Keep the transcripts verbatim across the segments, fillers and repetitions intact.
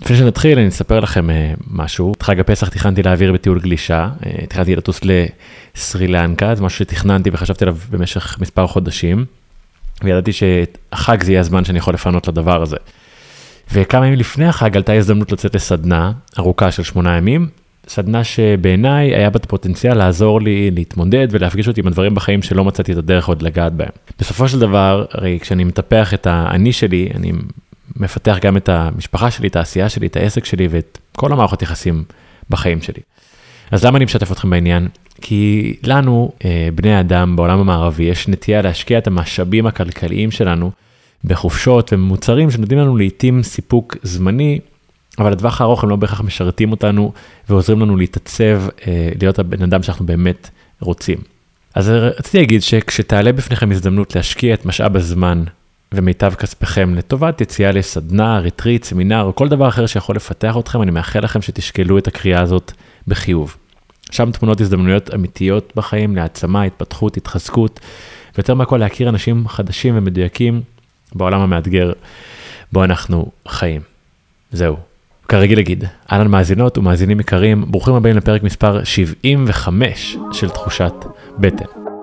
לפני שנתחיל, אני אספר לכם משהו. את חג הפסח תכננתי להעביר בטיול גלישה, תכננתי לטוס לסרי לנקה, זה משהו שתכננתי וחשבתי עליו במשך מספר חודשים, וידעתי שהחג זה יהיה הזמן שאני יכול לפנות לדבר הזה. וכמה ימים לפני החג עלתה הזדמנות לצאת לסדנה ארוכה של שמונה ימים, סדנה שבעיניי היה בת פוטנציאל לעזור לי להתמודד ולהפגיש אותי עם הדברים בחיים שלא מצאתי את הדרך עוד לגעת בהם. בסופו של דבר, הרי כשאני מטפח את האני שלי, אני מפתח גם את המשפחה שלי, את העשייה שלי, את העסק שלי ואת כל המערכות יחסים בחיים שלי. אז למה אני משתף אתכם בעניין? כי לנו, בני האדם בעולם המערבי, יש נטייה להשקיע את המשאבים הכלכליים שלנו בחופשות ומוצרים שנותנים לנו לעתים סיפוק זמני, אבל לטווח הארוך הם לא בהכרח משרתים אותנו ועוזרים לנו להתעצב, להיות הבן אדם שאנחנו באמת רוצים. אז רציתי להגיד שכשתעלה בפניכם הזדמנות להשקיע את משאב הזמן ומיטב כספכם לטובת יציאה לסדנה, ריטריט, סמינר או כל דבר אחר שיכול לפתח אתכם, אני מאחל לכם שתשקלו את הקריאה הזאת בחיוב. שם תמונות הזדמנויות אמיתיות בחיים, להעצמה, התפתחות, התחזקות, ויותר מהכל להכיר אנשים חדשים ומדויקים בעולם המאתגר בו אנחנו חיים. זהו. כרגיל להגיד, אהלן מאזינות ומאזינים יקרים, ברוכים הבאים לפרק מספר שבעים וחמש של תחושת בטן.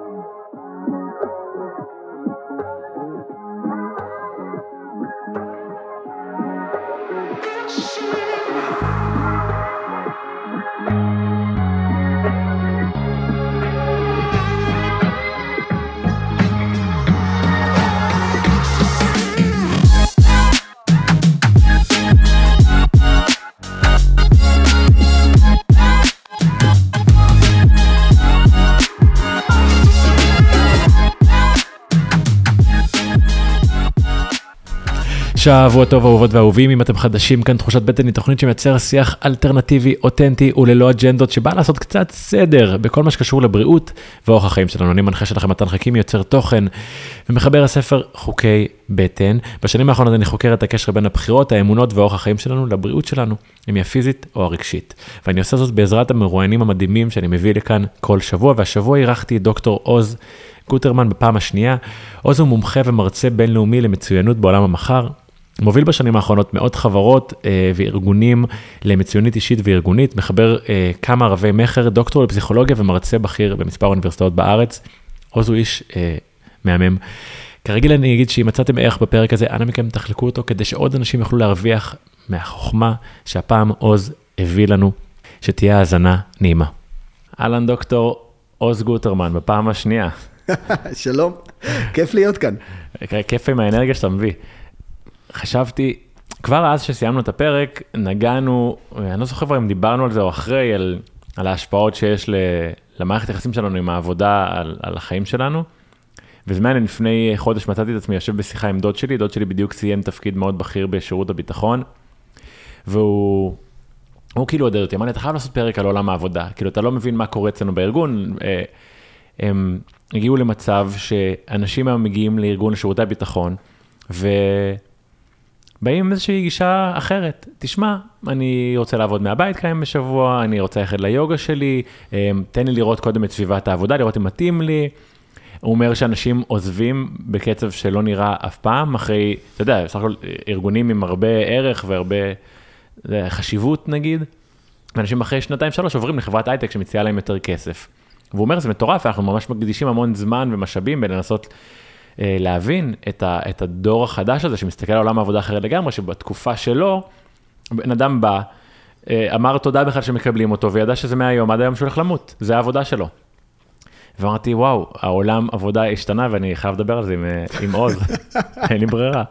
שבוע טוב אהובות ואהובים, אם אתם חדשים כאן, תחושת בטן היא תוכנית שמייצר שיח אלטרנטיבי, אותנטי וללא אג'נדות, שבא לעשות קצת סדר בכל מה שקשור לבריאות ואורח החיים שלנו. אני מנחה שלכם מתן חכים, יוצר תוכן ומחבר הספר חוקי בטן. בשנים האחרונות אני חוקר את הקשר בין הבחירות, האמונות ואורח החיים שלנו לבריאות שלנו, אם היא הפיזית או הרגשית. ואני עושה זאת בעזרת המרואיינים המדהימים שאני מביא לכאן כל שבוע, והשבוע אירחתי דוקטור עוז גוטרמן בפעם השנייה. עוז הוא מומחה ומרצה בינלאומי למצוינות בעולם המחר. מוביל בשנים האחרונות מאות חברות אה, וארגונים למצוינות אישית וארגונית, מחבר אה, כמה רבי מחר, דוקטור לפסיכולוגיה ומרצה בכיר במספר אוניברסיטאות בארץ. עוז הוא איש אה, מהמם. כרגיל אני אגיד שאם מצאתם ערך בפרק הזה, אנא מכם תחלקו אותו כדי שעוד אנשים יוכלו להרוויח מהחוכמה שהפעם עוז הביא לנו, שתהיה האזנה נעימה. אהלן דוקטור עוז גוטרמן, בפעם השנייה. שלום, כיף להיות כאן. כיף עם האנרגיה שאתה מביא. חשבתי, כבר אז שסיימנו את הפרק, נגענו, אני לא זוכר אם דיברנו על זה או אחרי, על, על ההשפעות שיש ל, למערכת היחסים שלנו עם העבודה על, על החיים שלנו. וזמן, לפני חודש מצאתי את עצמי יושב בשיחה עם דוד שלי, דוד שלי בדיוק סיים תפקיד מאוד בכיר בשירות הביטחון, והוא הוא כאילו עודד אותי, אמר לי, אתה חייב לעשות פרק על עולם העבודה, כאילו אתה לא מבין מה קורה אצלנו בארגון, הם הגיעו למצב שאנשים היום מגיעים לארגון לשירותי הביטחון, ו... באים איזושהי גישה אחרת. תשמע, אני רוצה לעבוד מהבית כמה בשבוע, אני רוצה ללכת ליוגה שלי, תן לי לראות קודם את סביבת העבודה, לראות אם מתאים לי. הוא אומר שאנשים עוזבים בקצב שלא נראה אף פעם, אחרי, אתה יודע, בסך הכל ארגונים עם הרבה ערך והרבה חשיבות נגיד, ואנשים אחרי שנתיים שלוש עוברים לחברת הייטק שמציעה להם יותר כסף. והוא אומר, זה מטורף, אנחנו ממש מקדישים המון זמן ומשאבים בלנסות להבין את, ה, את הדור החדש הזה, שמסתכל על עולם העבודה אחרת לגמרי, שבתקופה שלו, בן אדם בא, אמר תודה בכלל שמקבלים אותו, וידע שזה מהיום, עד היום שהוא הולך למות, זה העבודה שלו. ואמרתי, וואו, העולם עבודה השתנה, ואני חייב לדבר על זה עם, עם עוז, אין לי ברירה.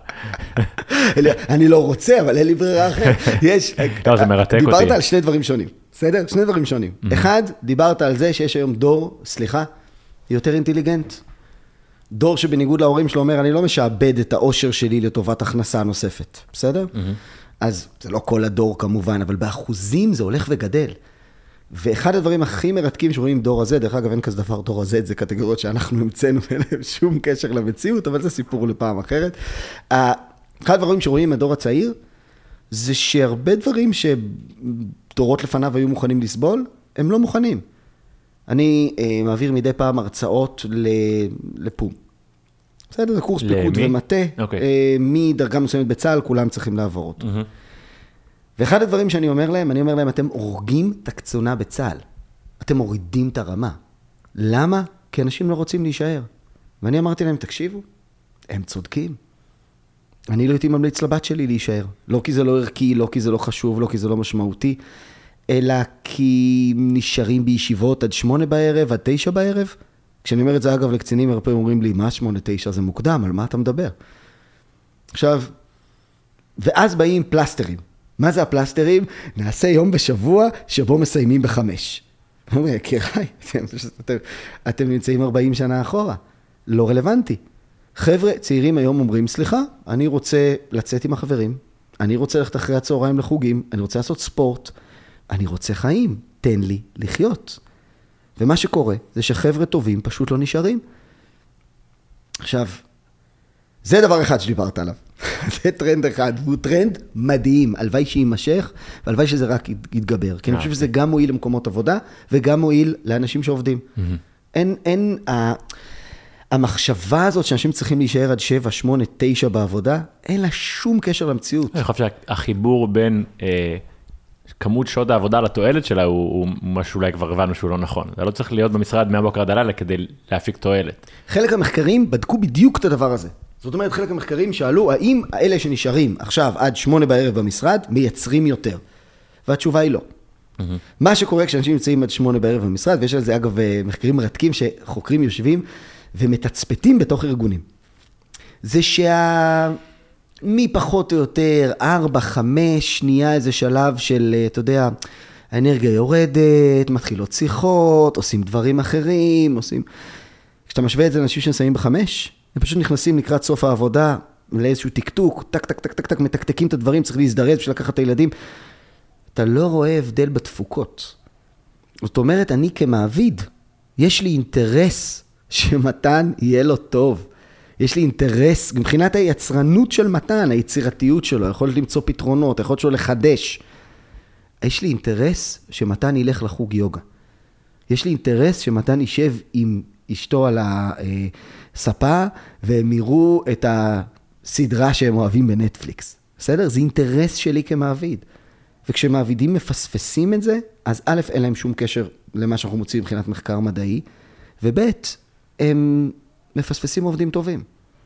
אני לא רוצה, אבל אין לי ברירה אחרת. יש, לא, זה מרתק אותי. דיברת על שני דברים שונים, בסדר? שני דברים שונים. אחד, דיברת על זה שיש היום דור, סליחה, יותר אינטליגנט. דור שבניגוד להורים שלו אומר, אני לא משעבד את האושר שלי לטובת הכנסה נוספת, בסדר? Mm-hmm. אז זה לא כל הדור כמובן, אבל באחוזים זה הולך וגדל. ואחד הדברים הכי מרתקים שרואים דור הזה, דרך אגב אין כזה דבר דור הזה, זה קטגוריות שאנחנו המצאנו ואין שום קשר למציאות, אבל זה סיפור לפעם אחרת. אחד הדברים שרואים מהדור הצעיר, זה שהרבה דברים שדורות לפניו היו מוכנים לסבול, הם לא מוכנים. אני אה, מעביר מדי פעם הרצאות לפום. בסדר, זה קורס פיקוד ומטה. Okay. אה, מדרגה מסוימת בצה"ל, כולם צריכים לעבור אותו. Mm-hmm. ואחד הדברים שאני אומר להם, אני אומר להם, אתם הורגים את הקצונה בצה"ל. אתם מורידים את הרמה. למה? כי אנשים לא רוצים להישאר. ואני אמרתי להם, תקשיבו, הם צודקים. אני לא הייתי ממליץ לבת שלי להישאר. לא כי זה לא ערכי, לא כי זה לא חשוב, לא כי זה לא משמעותי, אלא כי נשארים בישיבות עד שמונה בערב, עד תשע בערב. כשאני אומר את זה, אגב, לקצינים הרבה אומרים לי, מה שמונה, תשע זה מוקדם, על מה אתה מדבר? עכשיו, ואז באים פלסטרים. מה זה הפלסטרים? נעשה יום בשבוע שבו מסיימים בחמש. אני אומר, יקיריי, אתם, אתם נמצאים ארבעים שנה אחורה. לא רלוונטי. חבר'ה, צעירים היום אומרים, סליחה, אני רוצה לצאת עם החברים, אני רוצה ללכת אחרי הצהריים לחוגים, אני רוצה לעשות ספורט, אני רוצה חיים, תן לי לחיות. ומה שקורה זה שחבר'ה טובים פשוט לא נשארים. עכשיו, זה דבר אחד שדיברת עליו. זה טרנד אחד, והוא טרנד מדהים, הלוואי שימשך, והלוואי שזה רק יתגבר. כי אני חושב שזה גם מועיל למקומות עבודה, וגם מועיל לאנשים שעובדים. אין, אין, המחשבה הזאת שאנשים צריכים להישאר עד שבע, שמונה, תשע בעבודה, אין לה שום קשר למציאות. אני חושב שהחיבור בין כמות שעות העבודה לתועלת שלה, הוא משהו אולי כבר הבנו שהוא לא נכון. זה לא צריך להיות במשרד מהבוקר עד הלילה כדי להפיק תועלת. חלק המחקרים בדקו בדיוק את הדבר הזה. זאת אומרת, חלק המחקרים שאלו, האם האלה שנשארים עכשיו עד שמונה בערב במשרד, מייצרים יותר? והתשובה היא לא. Mm-hmm. מה שקורה כשאנשים נמצאים עד שמונה בערב במשרד, ויש על זה אגב מחקרים מרתקים שחוקרים יושבים ומתצפתים בתוך ארגונים. זה שה... מי פחות או יותר, ארבע, חמש, שנייה איזה שלב של, אתה יודע, האנרגיה יורדת, מתחילות שיחות, עושים דברים אחרים, עושים... כשאתה משווה את זה לאנשים שנסיים בחמש, הם פשוט נכנסים לקראת סוף העבודה, לאיזשהו טקטוק, טק, טק, טק, טק, טק, מתקתקים את הדברים, צריך להזדרז בשביל לקחת את הילדים. אתה לא רואה הבדל בתפוקות. זאת אומרת, אני כמעביד, יש לי אינטרס שמתן יהיה לו טוב. יש לי אינטרס, מבחינת היצרנות של מתן, היצירתיות שלו, יכול למצוא פתרונות, יכול שלו לחדש. יש לי אינטרס שמתן ילך לחוג יוגה. יש לי אינטרס שמתן יישב עם אשתו על הספה, והם יראו את הסדרה שהם אוהבים בנטפליקס. בסדר? זה אינטרס שלי כמעביד. וכשמעבידים מפספסים את זה, אז א', אין להם שום קשר למה שאנחנו מוצאים מבחינת מחקר מדעי, וב', הם מפספסים עובדים טובים.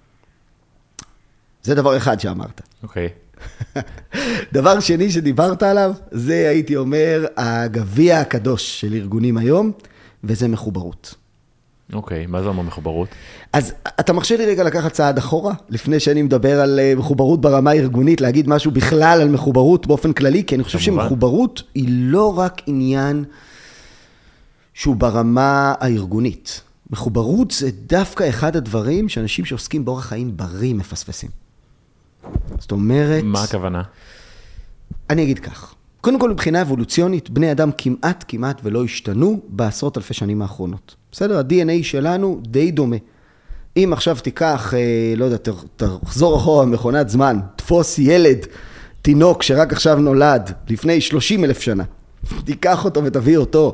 זה דבר אחד שאמרת. אוקיי. דבר שני שדיברת עליו, זה הייתי אומר, הגביע הקדוש של ארגונים היום, וזה מחוברות. אוקיי, מה זה אומר מחוברות? אז אתה מרשה לי רגע לקחת צעד אחורה, לפני שאני מדבר על מחוברות ברמה הארגונית, להגיד משהו בכלל על מחוברות באופן כללי, כי אני חושב שמחוברות היא לא רק עניין שהוא ברמה הארגונית. מחוברות זה דווקא אחד הדברים שאנשים שעוסקים באורח חיים בריא מפספסים. זאת אומרת... מה הכוונה? אני אגיד כך. קודם כל, מבחינה אבולוציונית, בני אדם כמעט, כמעט ולא השתנו בעשרות אלפי שנים האחרונות. בסדר? ה-די אן איי שלנו די דומה. אם עכשיו תיקח, אה, לא יודע, תחזור אחורה מכונת זמן, תפוס ילד, תינוק שרק עכשיו נולד, לפני שלושים אלף שנה, תיקח אותו ותביא אותו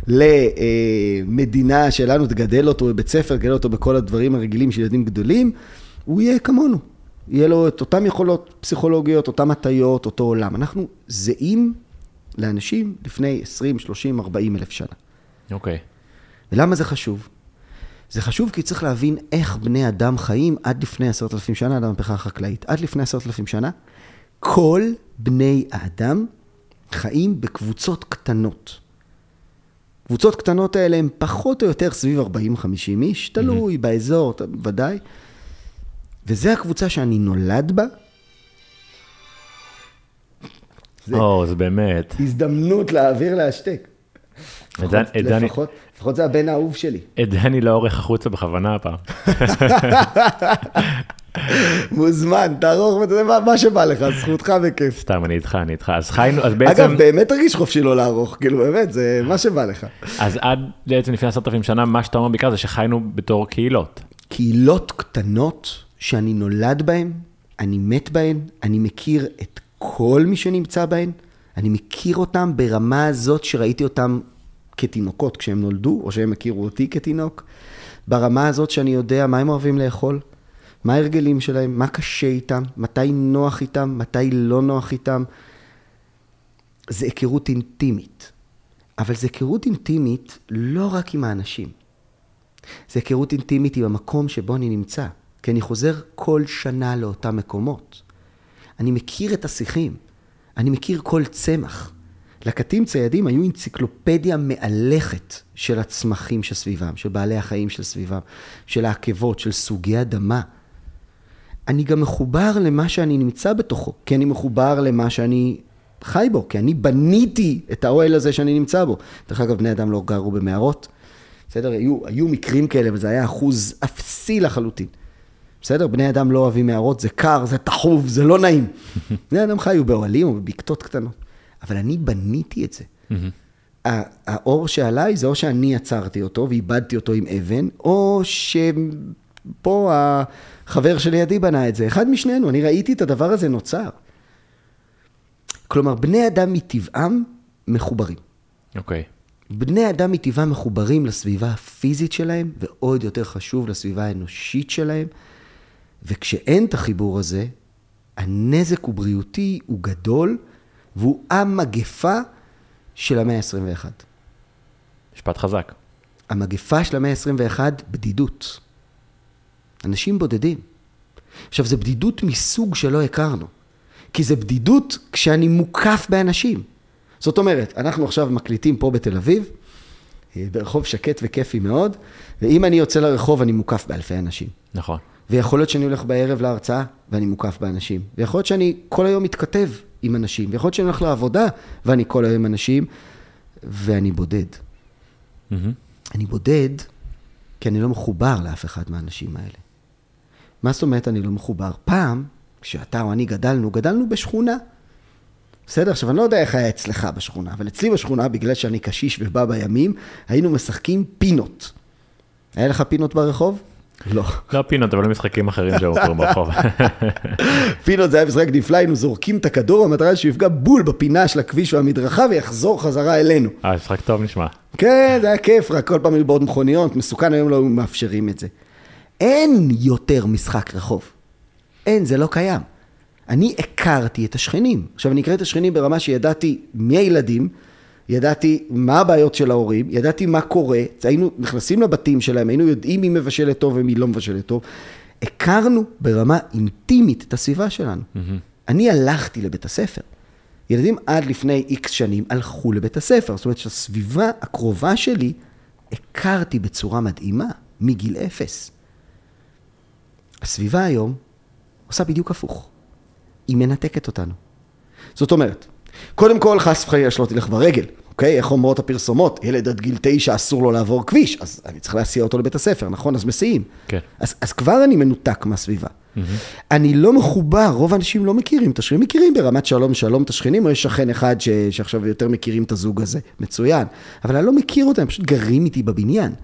למדינה שלנו, תגדל אותו בבית ספר, תגדל אותו בכל הדברים הרגילים של ילדים גדולים, הוא יהיה כמונו. יהיה לו את אותם יכולות פסיכולוגיות, אותם הטיות, אותו עולם. אנחנו זהים לאנשים לפני עשרים, שלושים, ארבעים אלף שנה. אוקיי. ולמה זה חשוב? זה חשוב כי צריך להבין איך בני אדם חיים עד לפני עשרת אלפים שנה, עד המהפכה החקלאית. עד לפני עשרת אלפים שנה, כל בני האדם חיים בקבוצות קטנות. קבוצות קטנות האלה הן פחות או יותר סביב ארבעים חמישים איש, תלוי באזור, ודאי. וזה הקבוצה שאני נולד בה. או, זה באמת. הזדמנות להעביר להשתק. לפחות, לפחות זה הבן האהוב שלי. את דני לא עורך החוצה בכוונה הפעם. מוזמן, תערוך, מה שבא לך, זכותך וכיף. סתם, אני איתך, אני איתך. אז חיינו, אז בעצם... אגב, באמת תרגיש חופשי לא לערוך, כאילו באמת, זה מה שבא לך. אז עד בעצם לפני עשרת אלפים שנה, מה שאתה אומר בעיקר זה שחיינו בתור קהילות. קהילות קטנות שאני נולד בהן, אני מת בהן, אני מכיר את כל מי שנמצא בהן, אני מכיר אותם ברמה הזאת שראיתי אותם כתינוקות כשהם נולדו, או שהם הכירו אותי כתינוק, ברמה הזאת שאני יודע מה הם אוהבים לאכול, מה ההרגלים שלהם, מה קשה איתם, מתי נוח איתם, מתי לא נוח איתם. זה היכרות אינטימית. אבל זה היכרות אינטימית לא רק עם האנשים. זה היכרות אינטימית עם המקום שבו אני נמצא. כי אני חוזר כל שנה לאותם מקומות. אני מכיר את השיחים. אני מכיר כל צמח. לקטים ציידים היו אנציקלופדיה מאלכת של הצמחים שסביבם, של בעלי החיים של סביבם, של העקבות, של סוגי אדמה. אני גם מחובר למה שאני נמצא בתוכו, כי אני מחובר למה שאני חי בו, כי אני בניתי את האוהל הזה שאני נמצא בו. דרך אגב, בני אדם לא גרו במערות. בסדר? היו, היו מקרים כאלה, וזה היה אחוז אפסי לחלוטין. בסדר? בני אדם לא אוהבים מערות, זה קר, זה תחוב, זה לא נעים. בני אדם חיו באוהלים או בבקתות קטנות. אבל אני בניתי את זה. האור שעליי זה או שאני יצרתי אותו ואיבדתי אותו עם אבן, או שפה החבר שלידי בנה את זה. אחד משנינו, אני ראיתי את הדבר הזה נוצר. כלומר, בני אדם מטבעם מחוברים. אוקיי. בני אדם מטבעם מחוברים לסביבה הפיזית שלהם, ועוד יותר חשוב לסביבה האנושית שלהם, וכשאין את החיבור הזה, הנזק הוא בריאותי, הוא גדול, והוא המגפה של המאה ה-עשרים ואחת. משפט חזק. המגפה של המאה ה-עשרים ואחת, בדידות. אנשים בודדים. עכשיו, זה בדידות מסוג שלא הכרנו. כי זה בדידות כשאני מוקף באנשים. זאת אומרת, אנחנו עכשיו מקליטים פה בתל אביב, ברחוב שקט וכיפי מאוד, ואם אני יוצא לרחוב, אני מוקף באלפי אנשים. נכון. ויכול להיות שאני הולך בערב להרצאה, ואני מוקף באנשים. ויכול להיות שאני כל היום מתכתב עם אנשים. ויכול להיות שאני הולך לעבודה, ואני כל היום עם אנשים, ואני בודד. Mm-hmm. אני בודד, כי אני לא מחובר לאף אחד מהאנשים האלה. מה זאת אומרת אני לא מחובר? פעם, כשאתה או אני גדלנו, גדלנו בשכונה. בסדר? עכשיו, אני לא יודע איך היה אצלך בשכונה, אבל אצלי בשכונה, בגלל שאני קשיש ובא בימים, היינו משחקים פינות. היה לך פינות ברחוב? לא. לא פינות, אבל משחקים אחרים שהיו קוראים ברחוב. פינות זה היה משחק נפלא, היינו זורקים את הכדור, המטרה שיפגע בול בפינה של הכביש והמדרכה, ויחזור חזרה אלינו. אה, משחק טוב נשמע. כן, זה היה כיף, רק כל פעם היו בעוד מכוניות, מסוכן, היום לא מאפשרים את זה. אין יותר משחק רחוב. אין, זה לא קיים. אני הכרתי את השכנים. עכשיו, אני אקרא את השכנים ברמה שידעתי מי הילדים, ידעתי מה הבעיות של ההורים, ידעתי מה קורה, היינו נכנסים לבתים שלהם, היינו יודעים מי מבשלת טוב ומי לא מבשלת טוב. הכרנו ברמה אינטימית את הסביבה שלנו. Mm-hmm. אני הלכתי לבית הספר. ילדים עד לפני איקס שנים הלכו לבית הספר. זאת אומרת שהסביבה הקרובה שלי הכרתי בצורה מדהימה, מגיל אפס. הסביבה היום עושה בדיוק הפוך. היא מנתקת אותנו. זאת אומרת, קודם כל חס וחלילה שלא תלך ברגל, אוקיי? איך אומרות הפרסומות? ילד עד גיל תשע אסור לו לעבור כביש, אז אני צריך להסיע אותו לבית הספר, נכון? אז מסיעים. כן. אז, אז כבר אני מנותק מהסביבה. Mm-hmm. אני לא מחובר, רוב האנשים לא מכירים את השכנים, מכירים ברמת שלום שלום את השכנים, או יש שכן אחד ש, שעכשיו יותר מכירים את הזוג הזה, מצוין. אבל אני לא מכיר אותם, הם פשוט גרים איתי בבניין.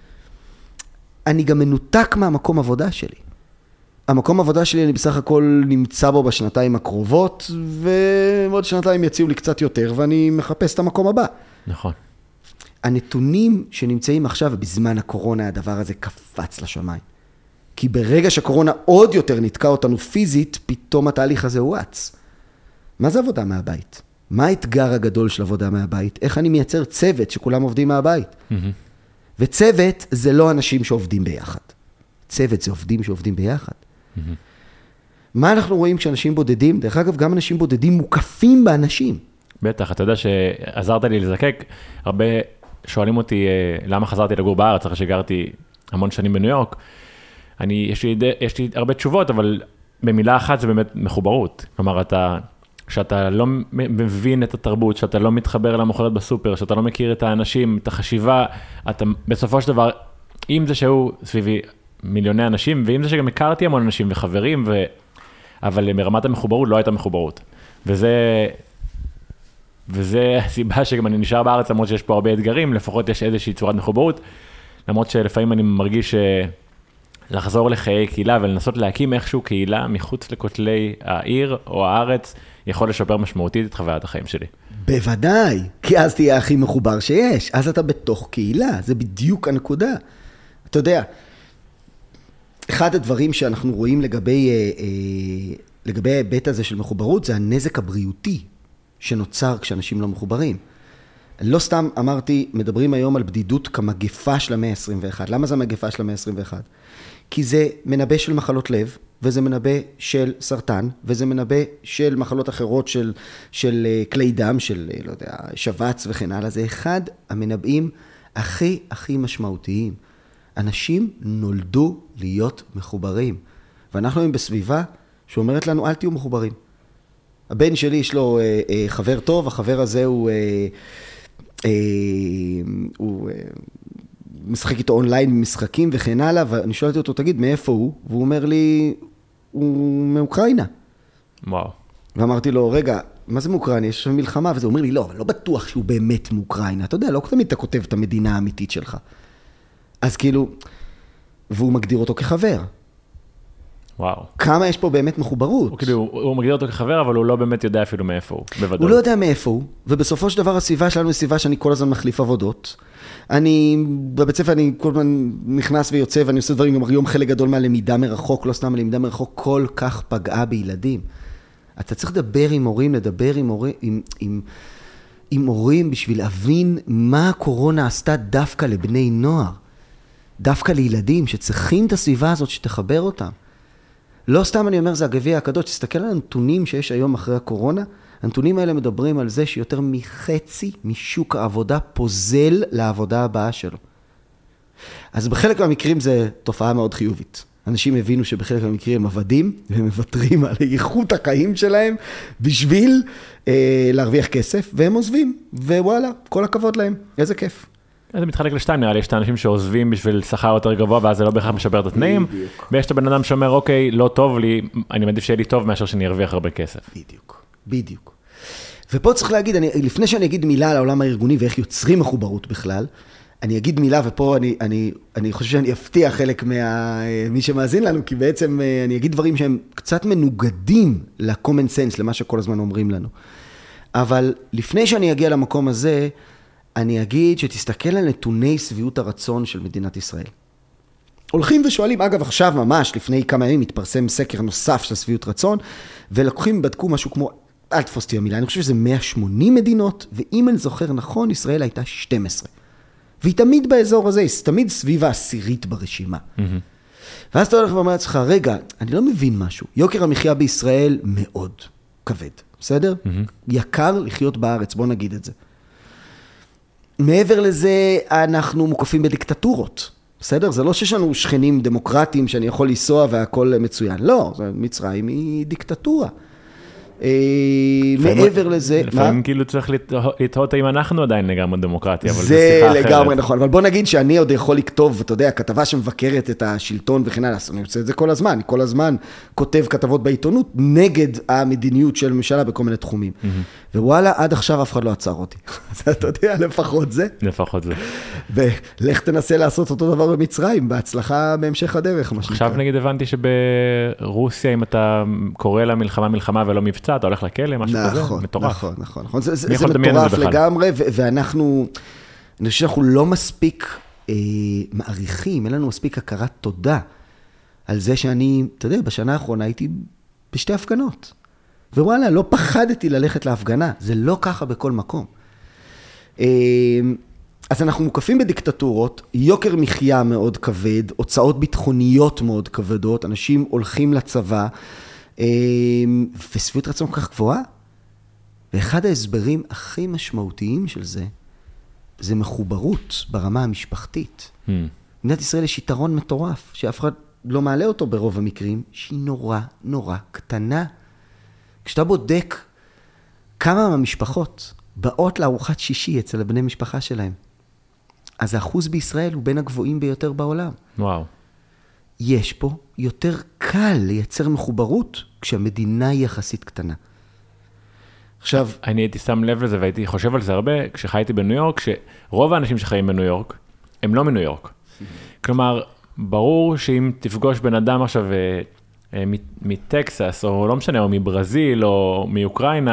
אני גם מנותק מהמקום עבודה שלי. המקום עבודה שלי אני בסך הכל נמצא בו בשנתיים הקרובות, ועוד שנתיים יציעו לי קצת יותר, ואני מחפש את המקום הבא. נכון. הנתונים שנמצאים עכשיו, ובזמן הקורונה הדבר הזה קפץ לשמיים. כי ברגע שהקורונה עוד יותר נתקע אותנו פיזית, פתאום התהליך הזה הואץ. מה זה עבודה מהבית? מה האתגר הגדול של עבודה מהבית? איך אני מייצר צוות שכולם עובדים מהבית? Mm-hmm. וצוות זה לא אנשים שעובדים ביחד. צוות זה עובדים שעובדים ביחד. Mm-hmm. מה אנחנו רואים כשאנשים בודדים? דרך אגב, גם אנשים בודדים מוקפים באנשים. בטח, אתה יודע שעזרת לי לזקק, הרבה שואלים אותי למה חזרתי לגור בארץ, אחרי שגרתי המון שנים בניו יורק. אני, יש לי, יש לי הרבה תשובות, אבל במילה אחת זה באמת מחוברות. כלומר, אתה, שאתה לא מבין את התרבות, שאתה לא מתחבר למוכרת בסופר, שאתה לא מכיר את האנשים, את החשיבה, אתה בסופו של דבר, אם זה שהיו סביבי מיליוני אנשים, ואם זה שגם הכרתי המון אנשים וחברים, ו... אבל מרמת המחוברות לא הייתה מחוברות. וזה, וזה הסיבה שגם אני נשאר בארץ, למרות שיש פה הרבה אתגרים, לפחות יש איזושהי צורת מחוברות, למרות שלפעמים אני מרגיש לחזור לחיי קהילה, ולנסות להקים איכשהו קהילה מחוץ לכותלי העיר או הארץ, יכול לשפר משמעותית את חוויית החיים שלי. בוודאי, כי אז תהיה הכי מחובר שיש, אז אתה בתוך קהילה, זה בדיוק הנקודה. אתה יודע, אחד הדברים שאנחנו רואים לגבי, לגבי ההיבט הזה של מחוברות, זה הנזק הבריאותי שנוצר כשאנשים לא מחוברים. לא סתם אמרתי, מדברים היום על בדידות כמגפה של המאה ה-עשרים ואחת. למה זה המגפה של המאה ה-עשרים ואחת? כי זה מנבא של מחלות לב, וזה מנבא של סרטן, וזה מנבא של מחלות אחרות של, של כלי דם, של, לא יודע, שבץ וכן הלאה. זה אחד המנבאים הכי הכי משמעותיים. אנשים נולדו להיות מחוברים. ואנחנו היום בסביבה שאומרת לנו, אל תהיו מחוברים. הבן שלי יש לו אה, אה, חבר טוב, החבר הזה הוא, אה, אה, הוא אה, משחק איתו אונליין במשחקים וכן הלאה, ואני שואלתי אותו, תגיד, מאיפה הוא? והוא אומר לי, הוא מאוקראינה. וואו. ואמרתי לו, רגע, מה זה מאוקראינה? יש שם מלחמה, וזה אומר לי, לא, לא בטוח שהוא באמת מאוקראינה. אתה יודע, לא תמיד אתה כותב את המדינה האמיתית שלך. אז כאילו, והוא מגדיר אותו כחבר. וואו. כמה יש פה באמת מחוברות. הוא, כאילו, הוא, הוא מגדיר אותו כחבר, אבל הוא לא באמת יודע אפילו מאיפה הוא, בוודאות. הוא לא יודע מאיפה הוא, ובסופו של דבר הסביבה שלנו היא סביבה שאני כל הזמן מחליף עבודות. אני, בבית ספר אני כל הזמן נכנס ויוצא, ואני עושה דברים, גם היום חלק גדול מהלמידה מרחוק, לא סתם הלמידה מרחוק, כל כך פגעה בילדים. אתה צריך לדבר עם הורים, לדבר עם הורים, עם, עם, עם הורים בשביל להבין מה הקורונה עשתה דווקא לבני נוער. דווקא לילדים שצריכים את הסביבה הזאת שתחבר אותם. לא סתם אני אומר, זה הגביע הקדוש, תסתכל על הנתונים שיש היום אחרי הקורונה, הנתונים האלה מדברים על זה שיותר מחצי משוק העבודה פוזל לעבודה הבאה שלו. אז בחלק מהמקרים זה תופעה מאוד חיובית. אנשים הבינו שבחלק מהמקרים הם עבדים, והם מוותרים על איכות החיים שלהם, בשביל אה, להרוויח כסף, והם עוזבים, ווואלה, כל הכבוד להם, איזה כיף. זה מתחלק לשתיים, נראה לי, יש את האנשים שעוזבים בשביל שכר יותר גבוה, ואז זה לא בהכרח משפר את התנאים, ויש את הבן אדם שאומר, אוקיי, לא טוב לי, אני מעדיף שיהיה לי טוב מאשר שאני ארוויח הרבה כסף. בדיוק, בדיוק. ופה צריך להגיד, אני, לפני שאני אגיד מילה על העולם הארגוני ואיך יוצרים מחוברות בכלל, אני אגיד מילה, ופה אני, אני, אני חושב שאני אפתיע חלק ממי שמאזין לנו, כי בעצם אני אגיד דברים שהם קצת מנוגדים ל-common sense, למה שכל הזמן אומרים לנו. אבל לפני שאני אגיע למקום הזה, אני אגיד שתסתכל על נתוני סביעות הרצון של מדינת ישראל. הולכים ושואלים, אגב, עכשיו ממש, לפני כמה ימים התפרסם סקר נוסף של סביעות רצון, ולקוחים, בדקו משהו כמו, אל תפוס אותי המילה, אני חושב שזה מאה ושמונים מדינות, ואם אני זוכר נכון, ישראל הייתה שתים עשרה. והיא תמיד באזור הזה, היא תמיד סביב העשירית ברשימה. Mm-hmm. ואז אתה הולך ואומר לעצמך, רגע, אני לא מבין משהו. יוקר המחיה בישראל מאוד כבד, בסדר? Mm-hmm. יקר לחיות בארץ, בוא נגיד את זה. מעבר לזה, אנחנו מוקפים בדיקטטורות, בסדר? זה לא שיש לנו שכנים דמוקרטיים שאני יכול לנסוע והכל מצוין. לא, מצרים היא דיקטטורה. מעבר לזה... לפעמים כאילו צריך לתהות אם אנחנו עדיין לגמרי דמוקרטיה, אבל זה לגמרי נכון, אבל בוא נגיד שאני עוד יכול לכתוב, אתה יודע, כתבה שמבקרת את השלטון וכן הלאה, אני עושה את זה כל הזמן, אני כל הזמן כותב כתבות בעיתונות נגד המדיניות של ממשלה בכל מיני תחומים. ווואלה, עד עכשיו אף אחד לא עצר אותי. אז אתה יודע, לפחות זה. לפחות זה. ולך תנסה לעשות אותו דבר במצרים, בהצלחה בהמשך הדרך. עכשיו נגיד הבנתי שברוסיה, אם אתה קורא לה מלחמה מלחמה ולא מבצע, אתה הולך לכלא, משהו כזה, מטורף. נכון, נכון, נכון. זה, זה, זה מטורף לגמרי, ו- ואנחנו, אני חושב שאנחנו לא מספיק אה, מעריכים, אין לנו מספיק הכרת תודה על זה שאני, אתה יודע, בשנה האחרונה הייתי בשתי הפגנות. ווואלה, לא פחדתי ללכת להפגנה, זה לא ככה בכל מקום. אה, אז אנחנו מוקפים בדיקטטורות, יוקר מחיה מאוד כבד, הוצאות ביטחוניות מאוד כבדות, אנשים הולכים לצבא, וסביבות רצון כל כך גבוהה. ואחד ההסברים הכי משמעותיים של זה, זה מחוברות ברמה המשפחתית. Hmm. מדינת ישראל יש יתרון מטורף, שאף אחד לא מעלה אותו ברוב המקרים, שהיא נורא נורא קטנה. כשאתה בודק כמה מהמשפחות באות לארוחת שישי אצל הבני משפחה שלהם, אז האחוז בישראל הוא בין הגבוהים ביותר בעולם. וואו. יש פה יותר קל לייצר מחוברות כשהמדינה היא יחסית קטנה. עכשיו... אני הייתי שם לב לזה והייתי חושב על זה הרבה, כשחייתי בניו יורק, שרוב האנשים שחיים בניו יורק, הם לא מניו יורק. כלומר, ברור שאם תפגוש בן אדם עכשיו מטקסס, או לא משנה, או מברזיל, או מאוקראינה,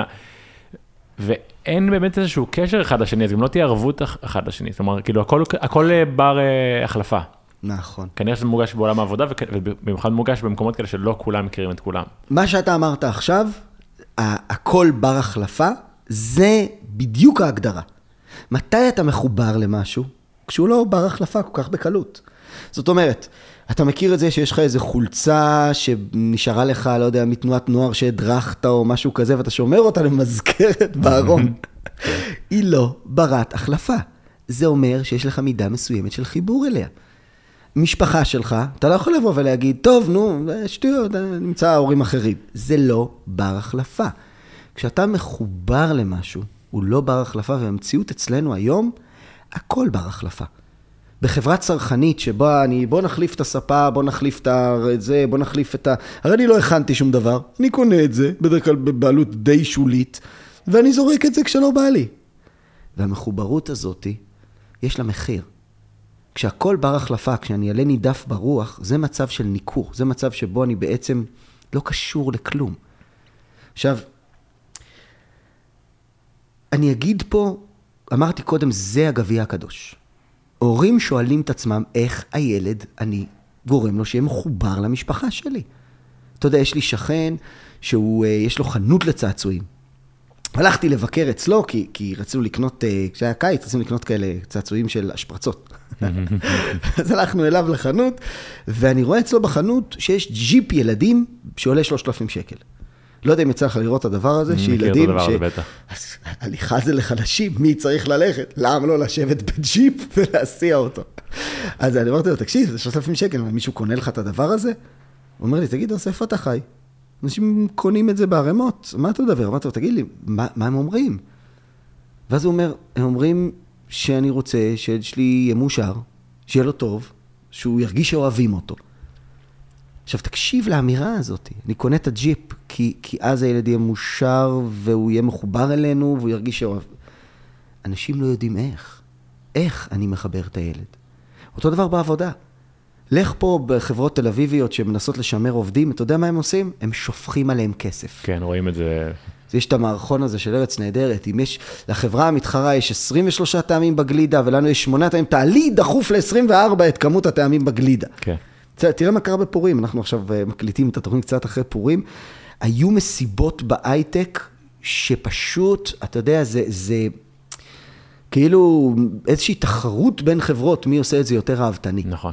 ואין באמת איזשהו קשר אחד לשני, אז גם לא תהיה ערבות אחד לשני. זאת אומרת, כאילו, הכל, הכל בר החלפה. נכון. כנראה שזה מורגש בעולם העבודה, ובמיוחד מורגש במקומות כאלה שלא כולם מכירים את כולם. מה שאתה אמרת עכשיו, הכל בר החלפה, זה בדיוק ההגדרה. מתי אתה מחובר למשהו? כשהוא לא בר החלפה כל כך בקלות. זאת אומרת, אתה מכיר את זה שיש לך איזו חולצה שנשארה לך, לא יודע, מתנועת נוער שהדרכת או משהו כזה, ואתה שומר אותה למזכרת בארון. היא לא ברת החלפה. זה אומר שיש לך מידה מסוימת של חיבור אליה. משפחה שלך, אתה לא יכול לבוא ולהגיד, טוב, נו, שטויות, נמצא ההורים אחרים. זה לא בר החלפה. כשאתה מחובר למשהו, הוא לא בר החלפה, והמציאות אצלנו היום, הכל בר החלפה. בחברה צרכנית שבה אני, בוא נחליף את הספה, בוא נחליף את זה, בוא נחליף את ה... הרי אני לא הכנתי שום דבר, אני קונה את זה, בדרך כלל בבעלות די שולית, ואני זורק את זה כשלא בא לי. והמחוברות הזאת, יש לה מחיר. כשהכל בר החלפה, כשאני אעלה נידף ברוח, זה מצב של ניכור, זה מצב שבו אני בעצם לא קשור לכלום. עכשיו, אני אגיד פה, אמרתי קודם, זה הגביע הקדוש. הורים שואלים את עצמם איך הילד, אני גורם לו שיהיה מחובר למשפחה שלי. אתה יודע, יש לי שכן שהוא, יש לו חנות לצעצועים. הלכתי לבקר אצלו, כי, כי רצינו לקנות, כשהיה קיץ, רצינו לקנות כאלה צעצועים של השפרצות. אז הלכנו אליו לחנות, ואני רואה אצלו בחנות שיש ג'יפ ילדים שעולה שלושת אלפים שקל. לא יודע אם יצא לך לראות את הדבר הזה, שילדים, ש... הליכה זה לחלשים, מי צריך ללכת? למה לא לשבת בג'יפ ולהסיע אותו? אז אני אמרתי לו, תקשיב, זה שלושת אלפים שקל, מישהו קונה לך את הדבר הזה? הוא אומר לי, תגיד, איפה אתה חי? אנשים קונים את זה בערמות, מה אתה מדבר? אמרתי לו, תגיד לי, מה, מה הם אומרים? ואז הוא אומר, הם אומרים שאני רוצה שילד שלי יהיה מאושר, שיהיה לו טוב, שהוא ירגיש שאוהבים אותו. עכשיו, תקשיב לאמירה הזאת. אני קונה את הג'יפ, כי, כי אז הילד יהיה מאושר, והוא יהיה מחובר אלינו, והוא ירגיש שאוהב. אנשים לא יודעים איך. איך אני מחבר את הילד. אותו דבר בעבודה. לך פה בחברות תל אביביות שמנסות לשמר עובדים, אתה יודע מה הם עושים? הם שופכים עליהם כסף. כן, רואים את זה. יש את המערכון הזה של ארץ נהדרת. אם יש, לחברה המתחרה יש עשרים ושלושה טעמים בגלידה, ולנו יש שמונה טעמים, תעלי דחוף ל-עשרים וארבע את כמות הטעמים בגלידה. כן. תראה מה קרה בפורים, אנחנו עכשיו מקליטים את התוכנית קצת אחרי פורים, היו מסיבות בהייטק שפשוט, אתה יודע, זה, זה כאילו איזושהי תחרות בין חברות, מי עושה את זה יותר אהבתני. נכון.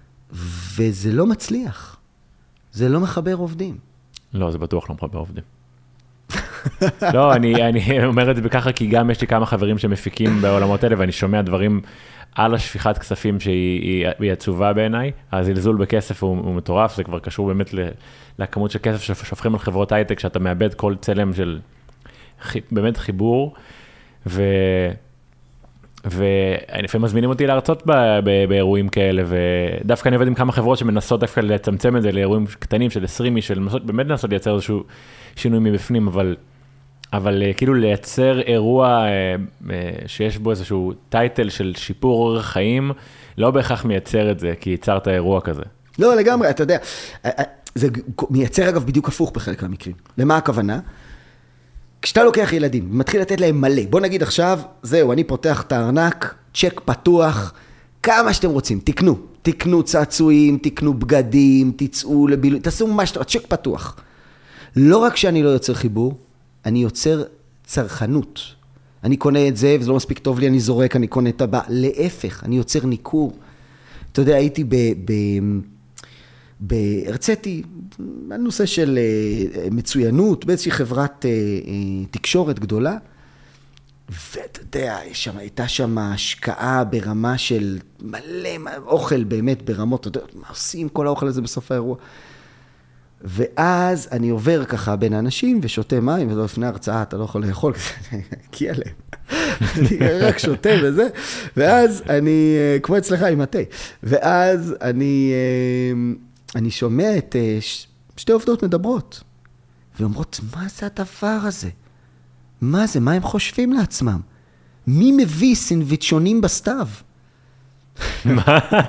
וזה לא מצליח, זה לא מחבר עובדים. לא, זה בטוח לא מחבר עובדים. לא, אני, אני אומר את זה בככה, כי גם יש לי כמה חברים שמפיקים בעולמות האלה, ואני שומע דברים על השפיכת כספים שהיא היא עצובה בעיניי. הזלזול בכסף הוא, הוא מטורף, זה כבר קשור באמת לכמות של כסף ששופכים על חברות הייטק, שאתה מאבד כל צלם של באמת חיבור, ו... ולפעמים מזמינים אותי להרצות באירועים כאלה, ודווקא אני עובד עם כמה חברות שמנסות דווקא לצמצם את זה לאירועים קטנים של עשרים איש, של באמת לנסות לייצר איזשהו שינוי מבפנים, אבל, אבל כאילו לייצר אירוע שיש בו איזשהו טייטל של שיפור אורח חיים, לא בהכרח מייצר את זה, כי ייצרת אירוע כזה. לא, לגמרי, אתה יודע, זה מייצר אגב בדיוק הפוך בחלק מהמקרים. למה הכוונה? כשאתה לוקח ילדים, מתחיל לתת להם מלא, בוא נגיד עכשיו, זהו, אני פותח את הארנק, צ'ק פתוח, כמה שאתם רוצים, תקנו, תקנו צעצועים, תקנו בגדים, תצאו לבילוי, תעשו מה שאתם, צ'ק פתוח. לא רק שאני לא יוצר חיבור, אני יוצר צרכנות. אני קונה את זה, וזה לא מספיק טוב לי, אני זורק, אני קונה את הבא. להפך, אני יוצר ניכור. אתה יודע, הייתי ב... ב הרציתי בנושא של מצוינות, באיזושהי חברת תקשורת גדולה, ואתה יודע, שם, הייתה שם השקעה ברמה של מלא אוכל באמת ברמות, אתה יודע, מה עושים כל האוכל הזה בסוף האירוע? ואז אני עובר ככה בין האנשים ושותה מים, ולא לפני הרצאה, אתה לא יכול לאכול, כי עליהם. אני רק שותה וזה, ואז אני, כמו אצלך עם התה, ואז אני... אני שומע את שתי עובדות מדברות, ואומרות, מה זה הדבר הזה? מה זה? מה הם חושבים לעצמם? מי מביא סנדוויצ'ונים בסתיו? מה?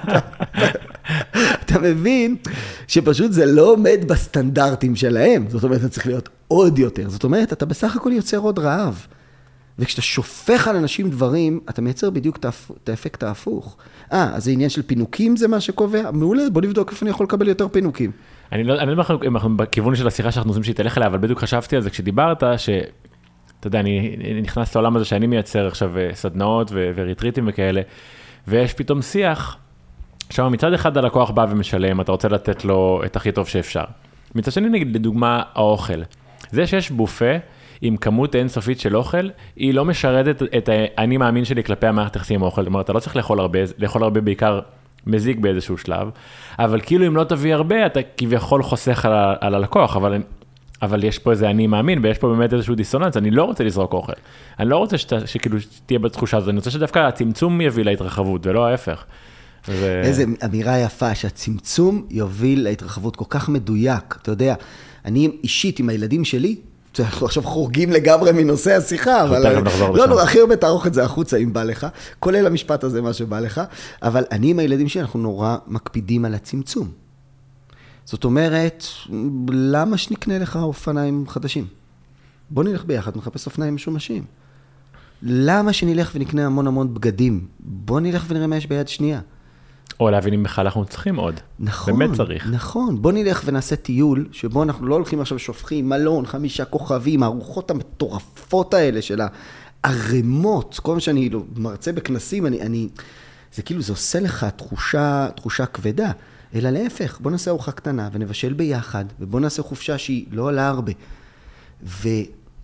אתה מבין שפשוט זה לא עומד בסטנדרטים שלהם, זאת אומרת, זה צריך להיות עוד יותר. זאת אומרת, אתה בסך הכל יוצר עוד רעב. וכשאתה שופך על אנשים דברים, אתה מייצר בדיוק את האפקט ההפוך. אה, אז זה עניין של פינוקים, זה מה שקובע? מעולה, בוא נבדוק איפה אני יכול לקבל יותר פינוקים. אני לא יודע אם אנחנו בכיוון של השיחה שאנחנו נושאים שהיא תלך אליה, אבל בדיוק חשבתי על זה כשדיברת, אתה יודע, אני נכנס לעולם הזה שאני מייצר עכשיו סדנאות וריטריטים וכאלה, ויש פתאום שיח, שם מצד אחד הלקוח בא ומשלם, אתה רוצה לתת לו את הכי טוב שאפשר. מצד שני, נגיד, לדוגמה, האוכל. זה שיש בופה עם כמות אינסופית של אוכל, היא לא משרתת את האני מאמין שלי כלפי המערכת יחסים עם האוכל. זאת אומרת, אתה לא צריך לאכול הרבה, לאכול הרבה בעיקר מזיק באיזשהו שלב, אבל כאילו אם לא תביא הרבה, אתה כביכול חוסך על, ה- על הלקוח, אבל, אבל יש פה איזה אני מאמין, ויש פה באמת איזשהו דיסוננס, אני לא רוצה לזרוק אוכל. אני לא רוצה שת, שכאילו תהיה בתחושה הזאת, אני רוצה שדווקא הצמצום יביא להתרחבות, ולא ההפך. ו... איזה אמירה יפה, שהצמצום יוביל להתרחבות כל כך מדויק. אתה יודע, אני אישית עם הילדים שלי, אנחנו עכשיו חורגים לגמרי מנושא השיחה, אבל לא, לא, הכי הרבה תערוך את זה החוצה אם בא לך, כולל המשפט הזה מה שבא לך, אבל אני עם הילדים שלי, אנחנו נורא מקפידים על הצמצום. זאת אומרת, למה שנקנה לך אופניים חדשים? בוא נלך ביחד, נחפש אופניים משומשים. למה שנלך ונקנה המון המון בגדים? בוא נלך ונראה מה יש ביד שנייה. או להבין אם בכלל אנחנו צריכים עוד. נכון, באמת צריך. נכון. בוא נלך ונעשה טיול, שבו אנחנו לא הולכים עכשיו שופכים, מלון, חמישה כוכבים, הארוחות המטורפות האלה של הערימות, כל מה שאני מרצה בכנסים, אני, אני, זה כאילו, זה עושה לך תחושה, תחושה כבדה, אלא להפך, בוא נעשה ארוחה קטנה ונבשל ביחד, ובוא נעשה חופשה שהיא לא עולה הרבה. וזה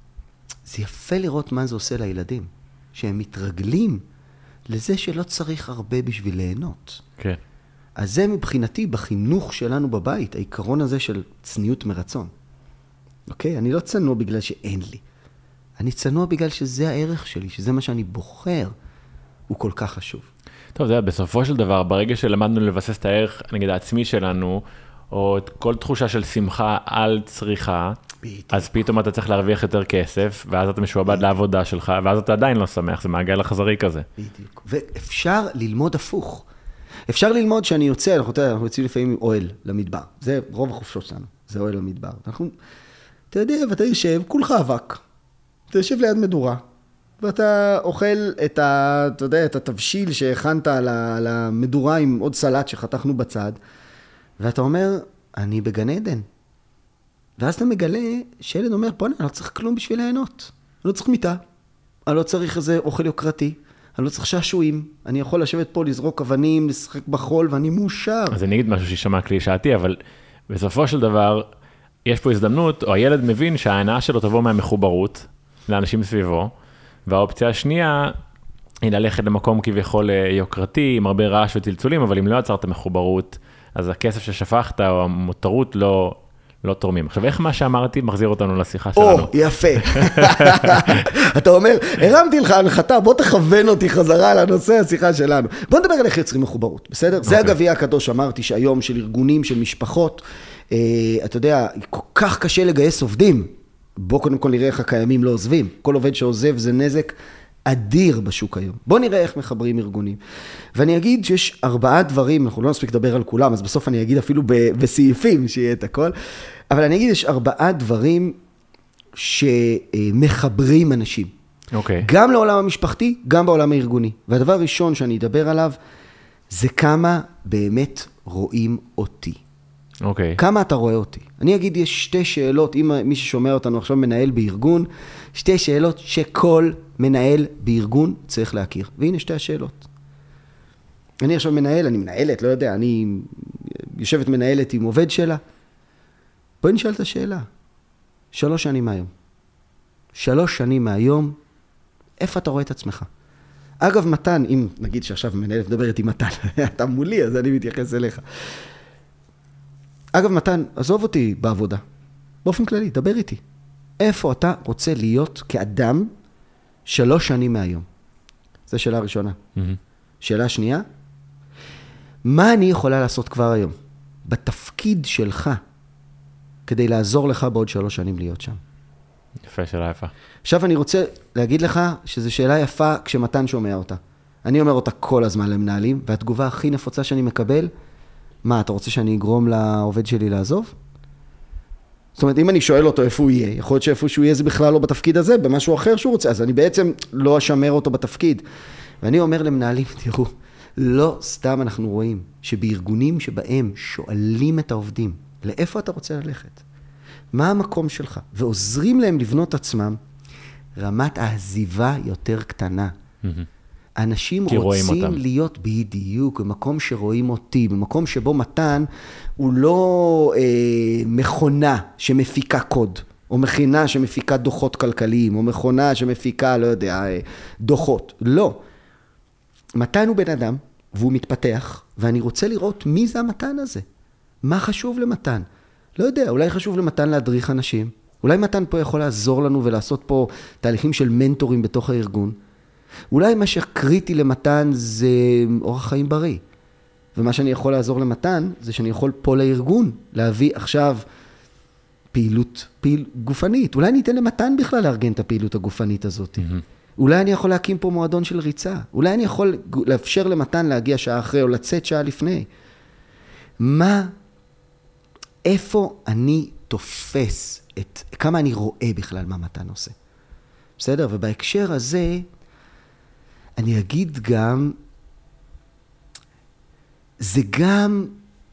יפה לראות מה זה עושה לילדים, שהם מתרגלים לזה שלא צריך הרבה בשביל ליהנות. כן. אז זה מבחינתי בחינוך שלנו בבית, העיקרון הזה של צניעות מרצון. אוקיי? אני לא צנוע בגלל שאין לי. אני צנוע בגלל שזה הערך שלי, שזה מה שאני בוחר, הוא כל כך חשוב. טוב, זה בסופו של דבר, ברגע שלמדנו לבסס את הערך, נגיד, העצמי שלנו, או את כל תחושה של שמחה על צריכה, אז פתאום אתה צריך להרוויח יותר כסף, ואז אתה משועבד לעבודה שלך, ואז אתה עדיין לא שמח, זה מעגל החזרי כזה. בדיוק. ואפשר ללמוד הפוך. אפשר ללמוד שאני יוצא, אנחנו, אנחנו יוצאים לפעמים עם אוהל למדבר. זה רוב החופשות שלנו, זה אוהל למדבר. אנחנו, אתה יודע, ואתה יושב, כולך אבק. אתה יושב ליד מדורה, ואתה אוכל את, ה, אתה יודע, את התבשיל שהכנת על, על המדורה עם עוד סלט שחתכנו בצד, ואתה אומר, אני בגן עדן. ואז אתה מגלה שילד אומר, פה אני לא צריך כלום בשביל ליהנות. אני לא צריך מיטה, אני לא צריך איזה אוכל יוקרתי, אני לא צריך שעשועים, אני יכול לשבת פה, לזרוק אבנים, לשחק בחול, ואני מאושר. אז אני אגיד משהו שישמע קלישאתי, אבל בסופו של דבר, יש פה הזדמנות, או הילד מבין שההנאה שלו תבוא מהמחוברות לאנשים סביבו, והאופציה השנייה היא ללכת למקום כביכול יוקרתי, עם הרבה רעש וצלצולים, אבל אם לא יצרת מחוברות, אז הכסף ששפכת או המותרות לא, לא תורמים. עכשיו, איך מה שאמרתי מחזיר אותנו לשיחה שלנו? או, יפה. אתה אומר, הרמתי לך הנחתה, בוא תכוון אותי חזרה לנושא השיחה שלנו. בוא נדבר על איך יוצרים מחוברות, בסדר? זה הגביע הקדוש, אמרתי שהיום של ארגונים, של משפחות, אתה יודע, כל כך קשה לגייס עובדים. בוא קודם כל נראה איך הקיימים לא עוזבים. כל עובד שעוזב זה נזק אדיר בשוק היום. בוא נראה איך מחברים ארגונים. ואני אגיד שיש ארבעה דברים, אנחנו לא נספיק לדבר על כולם, אז בסוף אני אגיד אפילו בסעיפים שיהיה את הכל, אבל אני אגיד יש ארבעה דברים שמחברים אנשים. אוקיי. גם לעולם המשפחתי, גם בעולם הארגוני. והדבר הראשון שאני אדבר עליו, זה כמה באמת רואים אותי. אוקיי. כמה אתה רואה אותי? אני אגיד, יש שתי שאלות, אם מי ששומע אותנו עכשיו מנהל בארגון, שתי שאלות שכל מנהל בארגון צריך להכיר. והנה שתי השאלות. אני עכשיו מנהל, אני מנהלת, לא יודע, אני יושבת מנהלת עם עובד שלה. בואי נשאל את השאלה. שלוש שנים מהיום. שלוש שנים מהיום, איפה אתה רואה את עצמך? אגב, מתן, אם נגיד שעכשיו מנהלת מדברת עם מתן, אתה מולי, אז אני מתייחס אליך. אגב, מתן, עזוב אותי בעבודה. באופן כללי, דבר איתי. איפה אתה רוצה להיות כאדם שלוש שנים מהיום? זו שאלה ראשונה. Mm-hmm. שאלה שנייה, מה אני יכולה לעשות כבר היום? בתפקיד שלך, כדי לעזור לך בעוד שלוש שנים להיות שם. יפה, שאלה יפה. עכשיו אני רוצה להגיד לך שזו שאלה יפה כשמתן שומע אותה. אני אומר אותה כל הזמן למנהלים, והתגובה הכי נפוצה שאני מקבל, מה, אתה רוצה שאני אגרום לעובד שלי לעזוב? זאת אומרת, אם אני שואל אותו איפה הוא יהיה, יכול להיות שאיפה שהוא יהיה זה בכלל לא בתפקיד הזה, במשהו אחר שהוא רוצה, אז אני בעצם לא אשמר אותו בתפקיד. ואני אומר למנהלים, תראו, לא סתם אנחנו רואים שבארגונים שבהם שואלים את העובדים, לאיפה אתה רוצה ללכת? מה המקום שלך? ועוזרים להם לבנות עצמם, רמת העזיבה יותר קטנה. אנשים רוצים להיות בדיוק, במקום שרואים אותי, במקום שבו מתן הוא לא אה, מכונה שמפיקה קוד, או מכינה שמפיקה דוחות כלכליים, או מכונה שמפיקה, לא יודע, אה, דוחות. לא. מתן הוא בן אדם, והוא מתפתח, ואני רוצה לראות מי זה המתן הזה. מה חשוב למתן? לא יודע, אולי חשוב למתן להדריך אנשים. אולי מתן פה יכול לעזור לנו ולעשות פה תהליכים של מנטורים בתוך הארגון. אולי מה שקריטי למתן זה אורח חיים בריא. ומה שאני יכול לעזור למתן זה שאני יכול פה לארגון להביא עכשיו פעילות פעיל, גופנית. אולי אני אתן למתן בכלל לארגן את הפעילות הגופנית הזאת. Mm-hmm. אולי אני יכול להקים פה מועדון של ריצה. אולי אני יכול לאפשר למתן להגיע שעה אחרי או לצאת שעה לפני. מה, איפה אני תופס את, כמה אני רואה בכלל מה מתן עושה. בסדר? ובהקשר הזה, אני אגיד גם, זה גם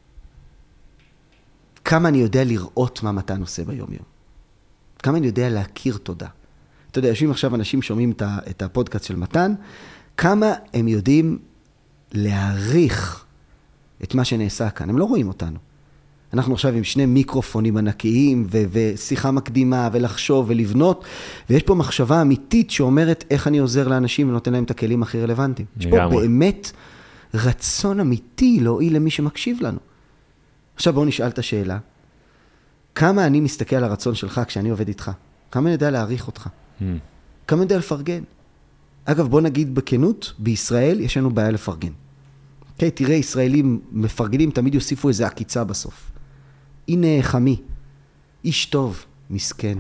כמה אני יודע לראות מה מתן עושה ביום יום. כמה אני יודע להכיר תודה. אתה יודע, יושבים עכשיו אנשים שומעים את הפודקאסט של מתן, כמה הם יודעים להעריך את מה שנעשה כאן. הם לא רואים אותנו. אנחנו עכשיו עם שני מיקרופונים ענקיים ו- ושיחה מקדימה ולחשוב ולבנות, ויש פה מחשבה אמיתית שאומרת איך אני עוזר לאנשים ונותן להם את הכלים הכי רלוונטיים. יש פה באמת רצון אמיתי להועיל למי שמקשיב לנו. עכשיו בואו נשאל את השאלה, כמה אני מסתכל על הרצון שלך כשאני עובד איתך? כמה אני יודע להעריך אותך? Mm. כמה אני יודע לפרגן? אגב, בוא נגיד בכנות, בישראל יש לנו בעיה לפרגן. Okay, תראה, ישראלים מפרגנים, תמיד יוסיפו איזו עקיצה בסוף. הנה חמי, איש טוב, מסכן.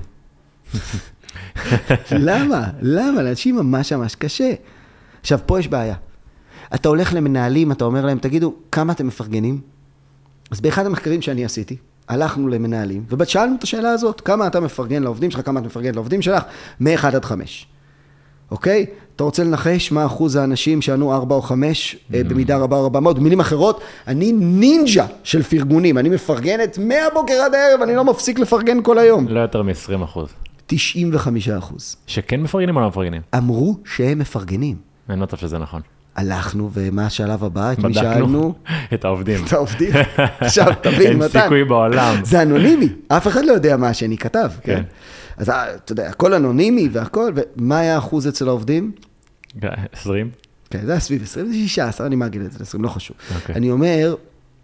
למה? למה? לאנשים ממש ממש קשה. עכשיו, פה יש בעיה. אתה הולך למנהלים, אתה אומר להם, תגידו, כמה אתם מפרגנים? אז באחד המחקרים שאני עשיתי, הלכנו למנהלים, ובשאלנו את השאלה הזאת, כמה אתה מפרגן לעובדים שלך, כמה אתה מפרגן לעובדים שלך, מ-אחד עד חמש. אוקיי? אתה רוצה לנחש מה אחוז האנשים שענו ארבע או חמש, במידה רבה או רבה מאוד, במילים אחרות, אני נינג'ה של פרגונים, אני מפרגנת מהבוקר עד הערב, אני לא מפסיק לפרגן כל היום. לא יותר מ-עשרים אחוז. תשעים וחמישה אחוז. שכן מפרגנים או לא מפרגנים? אמרו שהם מפרגנים. אני לא טוב שזה נכון. הלכנו, ומה השלב הבא? את מי שאלנו? את העובדים. את העובדים. עכשיו, תבין, מתן. אין סיכוי בעולם. זה אנונימי. אף אחד לא יודע מה השני כתב. כן. אז אתה יודע, הכל אנונימי והכל, ומה היה האחוז אצל העובדים? עשרים. כן, זה היה סביב עשרים, זה שישה עשר, אני מאגיד את זה, עשרים, לא חשוב. אני אומר,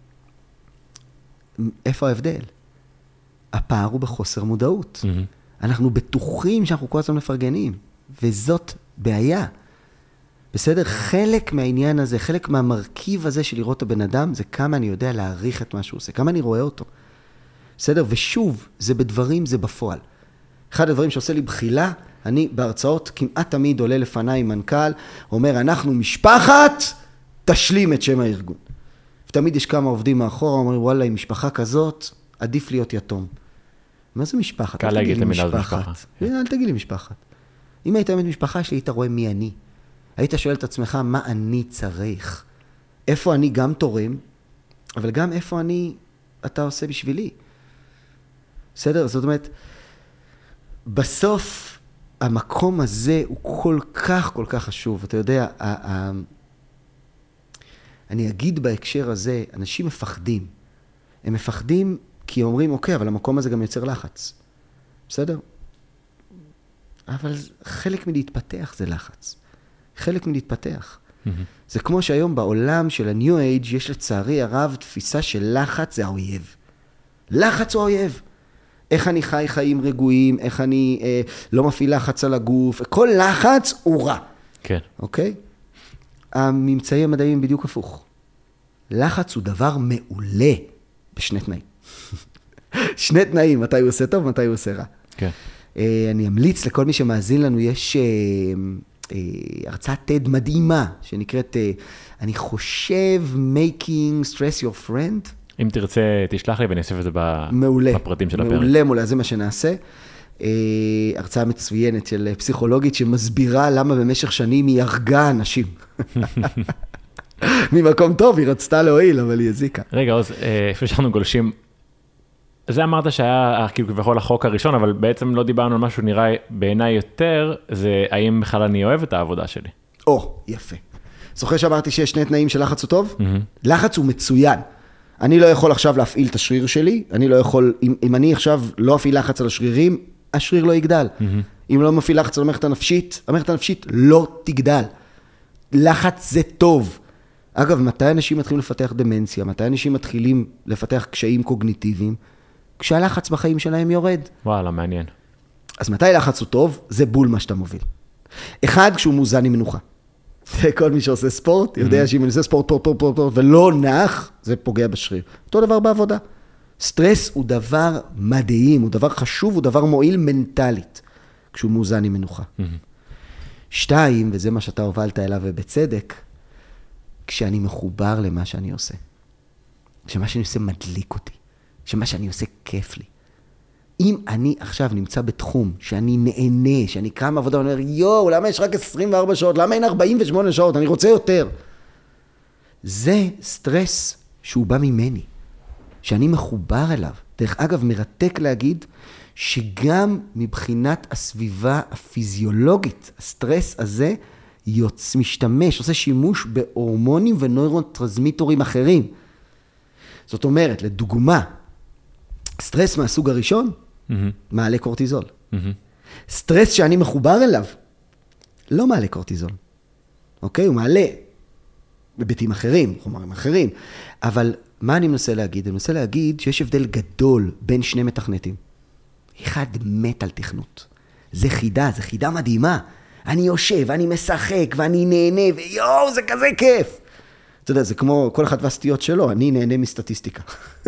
איפה ההבדל? הפער הוא בחוסר מודעות. אנחנו בטוחים שאנחנו כל הזמן מפרגנים, וזאת בעיה. בסדר? חלק מהעניין הזה, חלק מהמרכיב הזה של לראות את הבן אדם, זה כמה אני יודע להעריך את מה שהוא עושה, כמה אני רואה אותו. בסדר? ושוב, זה בדברים, זה בפועל. אחד הדברים שעושה לי בחילה, אני בהרצאות כמעט תמיד עולה לפניי מנכ"ל, אומר, אנחנו משפחת, תשלים את שם הארגון. ותמיד יש כמה עובדים מאחורה, אומרים, וואלה, עם משפחה כזאת, עדיף להיות יתום. מה זה משפחת? קל להגיד את המילה הזאת משפחה. אל תגיד לי משפחת. אם היית באמת משפחה שלי, היית רואה מי אני. היית שואל את עצמך, מה אני צריך? איפה אני גם תורם, אבל גם איפה אני, אתה עושה בשבילי. בסדר? זאת אומרת, בסוף, המקום הזה הוא כל כך, כל כך חשוב. אתה יודע, ה- ה- אני אגיד בהקשר הזה, אנשים מפחדים. הם מפחדים כי אומרים, אוקיי, אבל המקום הזה גם יוצר לחץ. בסדר? אבל חלק מלהתפתח זה לחץ. חלק מלהתפתח. Mm-hmm. זה כמו שהיום בעולם של ה-New Age, יש לצערי הרב תפיסה של לחץ זה האויב. לחץ הוא האויב. איך אני חי חיים רגועים, איך אני אה, לא מפעיל לחץ על הגוף, כל לחץ הוא רע. כן. אוקיי? הממצאים המדעיים בדיוק הפוך. לחץ הוא דבר מעולה בשני תנאים. שני תנאים, מתי הוא עושה טוב, מתי הוא עושה רע. כן. אה, אני אמליץ לכל מי שמאזין לנו, יש אה, אה, הרצאת TED מדהימה, שנקראת, אה, אני חושב, Making Stress Your Friend. אם תרצה, תשלח לי ואני אוסיף את זה מעולה, בפרטים של הפרק. מעולה, מעולה, זה מה שנעשה. הרצאה מצוינת של פסיכולוגית שמסבירה למה במשך שנים היא הרגה אנשים. ממקום טוב, היא רצתה להועיל, אבל היא הזיקה. רגע, אז איפה שאנחנו גולשים זה אמרת שהיה כאילו כביכול החוק הראשון, אבל בעצם לא דיברנו על משהו נראה בעיניי יותר, זה האם בכלל אני אוהב את העבודה שלי. או, יפה. זוכר שאמרתי שיש שני תנאים של לחץ הוא טוב? לחץ הוא מצוין. אני לא יכול עכשיו להפעיל את השריר שלי, אני לא יכול, אם, אם אני עכשיו לא אפעיל לחץ על השרירים, השריר לא יגדל. אם לא מפעיל לחץ על המערכת הנפשית, המערכת הנפשית לא תגדל. לחץ זה טוב. אגב, מתי אנשים מתחילים לפתח דמנציה? מתי אנשים מתחילים לפתח קשיים קוגניטיביים? כשהלחץ בחיים שלהם יורד. וואלה, מעניין. אז מתי לחץ הוא טוב? זה בול מה שאתה מוביל. אחד, כשהוא מוזן עם מנוחה. כל מי שעושה ספורט, יודע שאם אני עושה ספורט, פורט, פורט, פורט, פורט, ולא נח, זה פוגע בשריר. אותו דבר בעבודה. סטרס הוא דבר מדהים, הוא דבר חשוב, הוא דבר מועיל מנטלית, כשהוא מוזן עם מנוחה. שתיים, וזה מה שאתה הובלת אליו ובצדק, כשאני מחובר למה שאני עושה. שמה שאני עושה מדליק אותי. שמה שאני עושה כיף לי. אם אני עכשיו נמצא בתחום שאני נהנה, שאני קם עבודה ואומר, יואו, למה יש רק עשרים וארבע שעות? למה אין ארבעים ושמונה שעות? אני רוצה יותר. זה סטרס שהוא בא ממני, שאני מחובר אליו. דרך אגב, מרתק להגיד שגם מבחינת הסביבה הפיזיולוגית, הסטרס הזה יוצא, משתמש, עושה שימוש בהורמונים ונוירוטרנסמיטורים אחרים. זאת אומרת, לדוגמה, סטרס מהסוג הראשון, mm-hmm. מעלה קורטיזול. Mm-hmm. סטרס שאני מחובר אליו, לא מעלה קורטיזול. אוקיי? הוא מעלה בביתים אחרים, חומרים אחרים. אבל מה אני מנסה להגיד? אני מנסה להגיד שיש הבדל גדול בין שני מתכנתים. אחד מת על תכנות. זה חידה, זה חידה מדהימה. אני יושב, אני משחק, ואני נהנה, ויואו, זה כזה כיף. אתה יודע, זה כמו כל אחד והסטיות שלו, אני נהנה מסטטיסטיקה.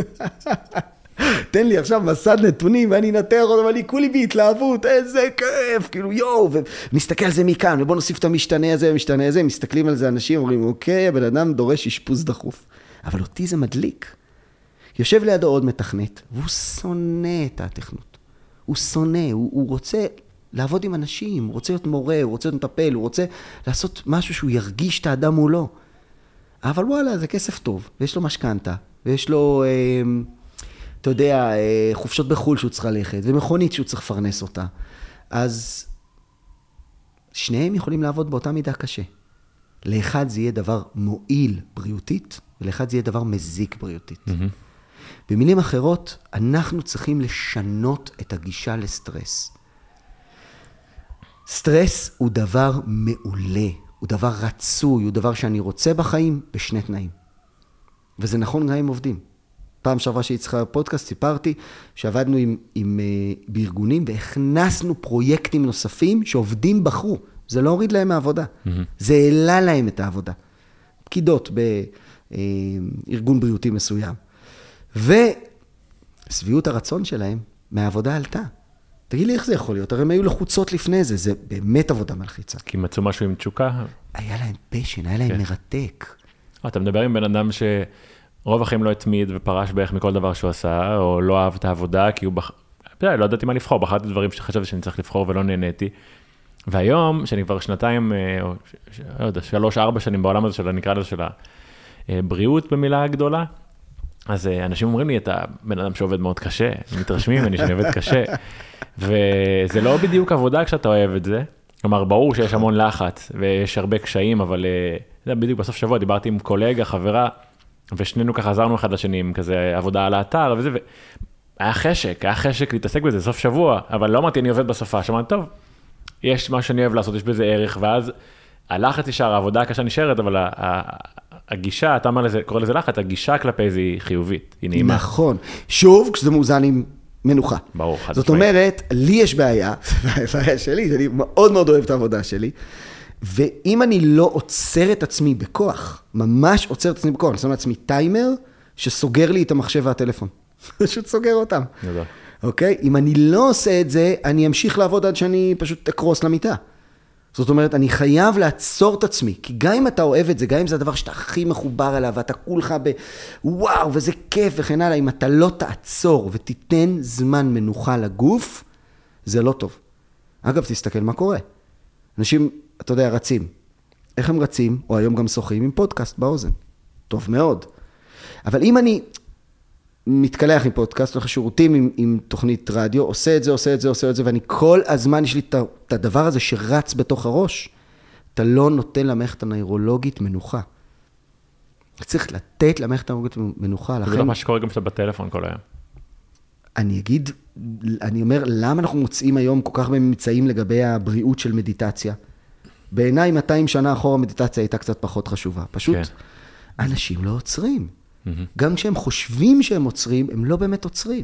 תן לי עכשיו מסד נתונים, ואני אנתח אותו, ואני כולי בהתלהבות, איזה כיף, כאילו יואו, ונסתכל על זה מכאן, ובוא נוסיף את המשתנה הזה, המשתנה הזה, מסתכלים על זה אנשים, אומרים, אוקיי, הבן אדם דורש אשפוז דחוף. אבל אותי זה מדליק. יושב לידו עוד מתכנת, והוא שונא את התכנות. הוא שונא, הוא, הוא רוצה לעבוד עם אנשים, הוא רוצה להיות מורה, הוא רוצה להיות מטפל, הוא רוצה לעשות משהו שהוא ירגיש את האדם מולו. אבל וואלה, זה כסף טוב, ויש לו משכנתה, ויש לו, אה, אתה יודע, אה, חופשות בחול שהוא צריך ללכת, ומכונית שהוא צריך לפרנס אותה. אז שניהם יכולים לעבוד באותה מידה קשה. לאחד זה יהיה דבר מועיל בריאותית, ולאחד זה יהיה דבר מזיק בריאותית. Mm-hmm. במילים אחרות, אנחנו צריכים לשנות את הגישה לסטרס. סטרס הוא דבר מעולה, הוא דבר רצוי, הוא דבר שאני רוצה בחיים בשני תנאים. וזה נכון גם עם עובדים. פעם שעברה שהיא צריכה בפודקאסט, סיפרתי שעבדנו עם, עם, uh, בארגונים והכנסנו פרויקטים נוספים שעובדים בחרו. זה לא הוריד להם מהעבודה, mm-hmm. זה העלה להם את העבודה. פקידות בארגון בריאותי מסוים. וסביעות הרצון שלהם מהעבודה עלתה. תגיד לי איך זה יכול להיות, הרי הם היו לחוצות לפני זה, זה באמת עבודה מלחיצה. כי מצאו משהו עם תשוקה? היה להם פשן, היה להם כן. מרתק. אתה מדבר עם בן אדם שרוב החיים לא התמיד ופרש בערך מכל דבר שהוא עשה, או לא אהב את העבודה, כי הוא בח... לא ידעתי מה לבחור, בחרתי דברים שחשבתי שאני צריך לבחור ולא נהניתי. והיום, שאני כבר שנתיים, או לא יודע, שלוש, ארבע שנים בעולם הזה של, נקרא לזה של הבריאות במילה הגדולה, אז אנשים אומרים לי, אתה בן אדם שעובד מאוד קשה, מתרשמים ממני שאני עובד קשה, וזה לא בדיוק עבודה כשאתה אוהב את זה, כלומר, ברור שיש המון לחץ, ויש הרבה קשיים, אבל זה בדיוק בסוף שבוע, דיברתי עם קולגה, חברה, ושנינו ככה עזרנו אחד לשני, עם כזה עבודה על האתר, וזה, והיה חשק, היה חשק להתעסק בזה, סוף שבוע, אבל לא אמרתי, אני עובד בסופה, שמעתי, טוב, יש מה שאני אוהב לעשות, יש בזה ערך, ואז הלחץ נשאר, העבודה הקשה נשארת, אבל הגישה, אתה אומר לזה, קורא לזה לחץ, הגישה כלפי זה היא חיובית, היא נעימה. נכון. שוב, כשזה מאוזן עם מנוחה. ברור, חד זאת אומרת, לי יש בעיה, בעיה שלי, שאני מאוד מאוד אוהב את העבודה שלי, ואם אני לא עוצר את עצמי בכוח, ממש עוצר את עצמי בכוח, אני שם לעצמי טיימר שסוגר לי את המחשב והטלפון. פשוט סוגר אותם. יודע. אוקיי? אם אני לא עושה את זה, אני אמשיך לעבוד עד שאני פשוט אקרוס למיטה. זאת אומרת, אני חייב לעצור את עצמי, כי גם אם אתה אוהב את זה, גם אם זה הדבר שאתה הכי מחובר אליו, ואתה כולך בוואו, וזה כיף וכן הלאה, אם אתה לא תעצור ותיתן זמן מנוחה לגוף, זה לא טוב. אגב, תסתכל מה קורה. אנשים, אתה יודע, רצים. איך הם רצים? או היום גם שוחים עם פודקאסט באוזן. טוב מאוד. אבל אם אני מתקלח עם פודקאסט, הולך שירותים עם, עם תוכנית רדיו, עושה את זה, עושה את זה, עושה את זה, ואני כל הזמן יש לי את הדבר הזה שרץ בתוך הראש. אתה לא נותן למערכת הנוירולוגית מנוחה. צריך לתת למערכת הנוירולוגית מנוחה. זה לא מה שקורה גם שאתה בטלפון כל היום. אני אגיד, אני אומר, למה אנחנו מוצאים היום כל כך ממצאים לגבי הבריאות של מדיטציה? בעיניי מאתיים שנה אחורה מדיטציה הייתה קצת פחות חשובה. פשוט, כן. אנשים לא עוצרים. Mm-hmm. גם כשהם חושבים שהם עוצרים, הם לא באמת עוצרים.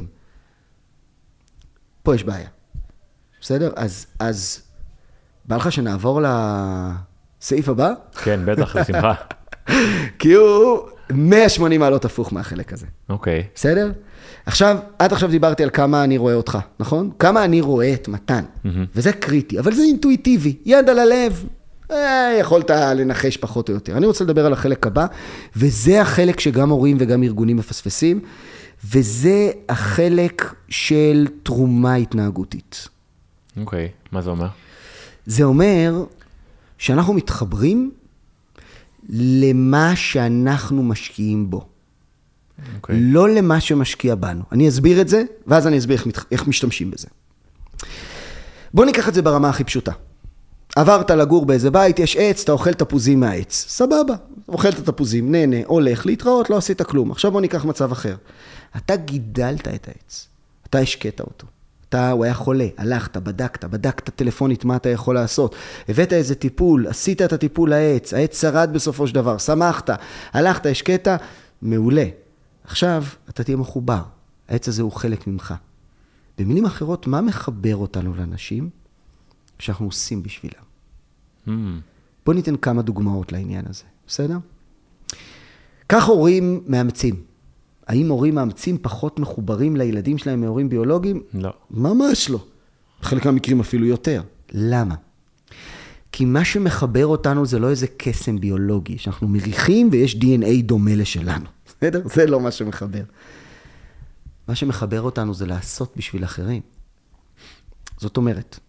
פה יש בעיה. בסדר? אז, אז, בא לך שנעבור לסעיף הבא? כן, בטח, לשמחה. כי הוא מאה ושמונים מעלות הפוך מהחלק הזה. אוקיי. בסדר? עכשיו, עד עכשיו דיברתי על כמה אני רואה אותך, נכון? כמה אני רואה את מתן. Mm-hmm. וזה קריטי, אבל זה אינטואיטיבי. יד על הלב. אה, יכולת לנחש פחות או יותר. אני רוצה לדבר על החלק הבא, וזה החלק שגם הורים וגם ארגונים מפספסים, וזה החלק של תרומה התנהגותית. אוקיי, מה זה אומר? זה אומר שאנחנו מתחברים למה שאנחנו משקיעים בו. Okay. לא למה שמשקיע בנו. אני אסביר את זה, ואז אני אסביר איך, איך משתמשים בזה. בוא ניקח את זה ברמה הכי פשוטה. עברת לגור באיזה בית, יש עץ, אתה אוכל תפוזים מהעץ. סבבה, אוכל את התפוזים, נהנה, הולך, להתראות, לא עשית כלום. עכשיו בוא ניקח מצב אחר. אתה גידלת את העץ, אתה השקעת אותו. אתה, הוא היה חולה, הלכת, בדקת, בדקת טלפונית מה אתה יכול לעשות. הבאת איזה טיפול, עשית את הטיפול לעץ, העץ שרד בסופו של דבר, שמחת, הלכת, השקעת, מעולה. עכשיו אתה תהיה מחובר, העץ הזה הוא חלק ממך. במילים אחרות, מה מחבר אותנו לאנשים שאנחנו עושים בשבילם? Mm. בוא ניתן כמה דוגמאות לעניין הזה, בסדר? כך הורים מאמצים. האם הורים מאמצים פחות מחוברים לילדים שלהם מהורים ביולוגיים? לא. ממש לא. בחלק מהמקרים אפילו יותר. למה? כי מה שמחבר אותנו זה לא איזה קסם ביולוגי, שאנחנו מריחים ויש די אן איי דומה לשלנו. בסדר? זה לא מה שמחבר. מה שמחבר אותנו זה לעשות בשביל אחרים. זאת אומרת,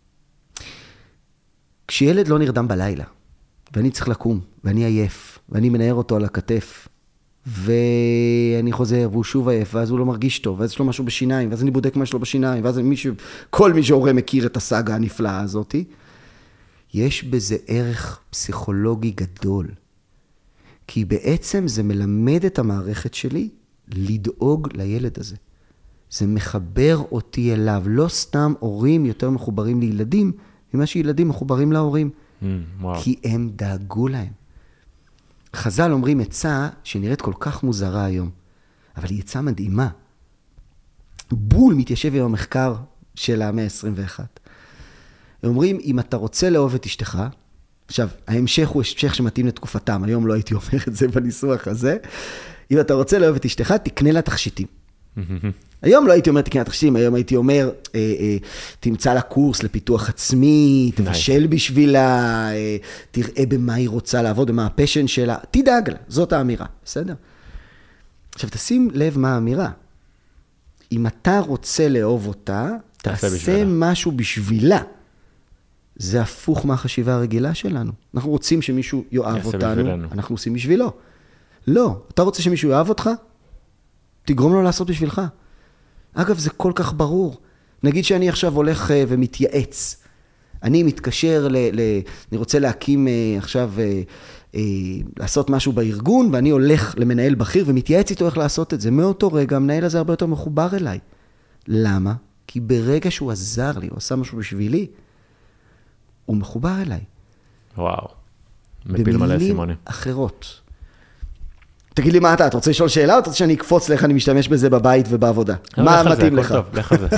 כשילד לא נרדם בלילה, ואני צריך לקום, ואני עייף, ואני מנער אותו על הכתף, ואני חוזר, והוא שוב עייף, ואז הוא לא מרגיש טוב, ואז יש לו משהו בשיניים, ואז אני בודק מה יש לו בשיניים, ואז מישהו, כל מי שהורה מכיר את הסאגה הנפלאה הזאת, יש בזה ערך פסיכולוגי גדול. כי בעצם זה מלמד את המערכת שלי לדאוג לילד הזה. זה מחבר אותי אליו. לא סתם הורים יותר מחוברים לילדים, ממה שילדים מחוברים להורים. Mm, וואו. כי הם דאגו להם. חז"ל אומרים עצה שנראית כל כך מוזרה היום, אבל היא עצה מדהימה. בול מתיישב עם המחקר של המאה ה-עשרים ואחת. הם אומרים, אם אתה רוצה לאהוב את אשתך, עכשיו, ההמשך הוא המשך שמתאים לתקופתם, היום לא הייתי אומר את זה בניסוח הזה, אם אתה רוצה לאהוב את אשתך, תקנה לה תכשיטים. היום לא הייתי אומר תקנה לה תכשיטים, היום הייתי אומר, אה, אה, תמצא לה קורס לפיתוח עצמי, תבשל בשבילה, אה, תראה במה היא רוצה לעבוד, במה הפשן שלה, תדאג לה, זאת האמירה, בסדר? עכשיו, תשים לב מה האמירה. אם אתה רוצה לאהוב אותה, תעשה משהו בשבילה. זה הפוך מהחשיבה הרגילה שלנו. אנחנו רוצים שמישהו יאהב אותנו, בשבילנו. אנחנו עושים בשבילו. לא, אתה רוצה שמישהו יאהב אותך? תגרום לו לעשות בשבילך. אגב, זה כל כך ברור. נגיד שאני עכשיו הולך ומתייעץ. אני מתקשר, ל, ל, אני רוצה להקים עכשיו, לעשות משהו בארגון, ואני הולך למנהל בכיר ומתייעץ איתו איך לעשות את זה. מאותו רגע, המנהל הזה הרבה יותר מחובר אליי. למה? כי ברגע שהוא עזר לי, הוא עשה משהו בשבילי, הוא מחובר אליי. וואו. מפיל מלא סימונים. במילים אחרות. תגיד לי מה אתה, אתה רוצה לשאול שאלה, או אתה רוצה שאני אקפוץ לך, אני משתמש בזה בבית ובעבודה? מה מתאים לך? לך על זה.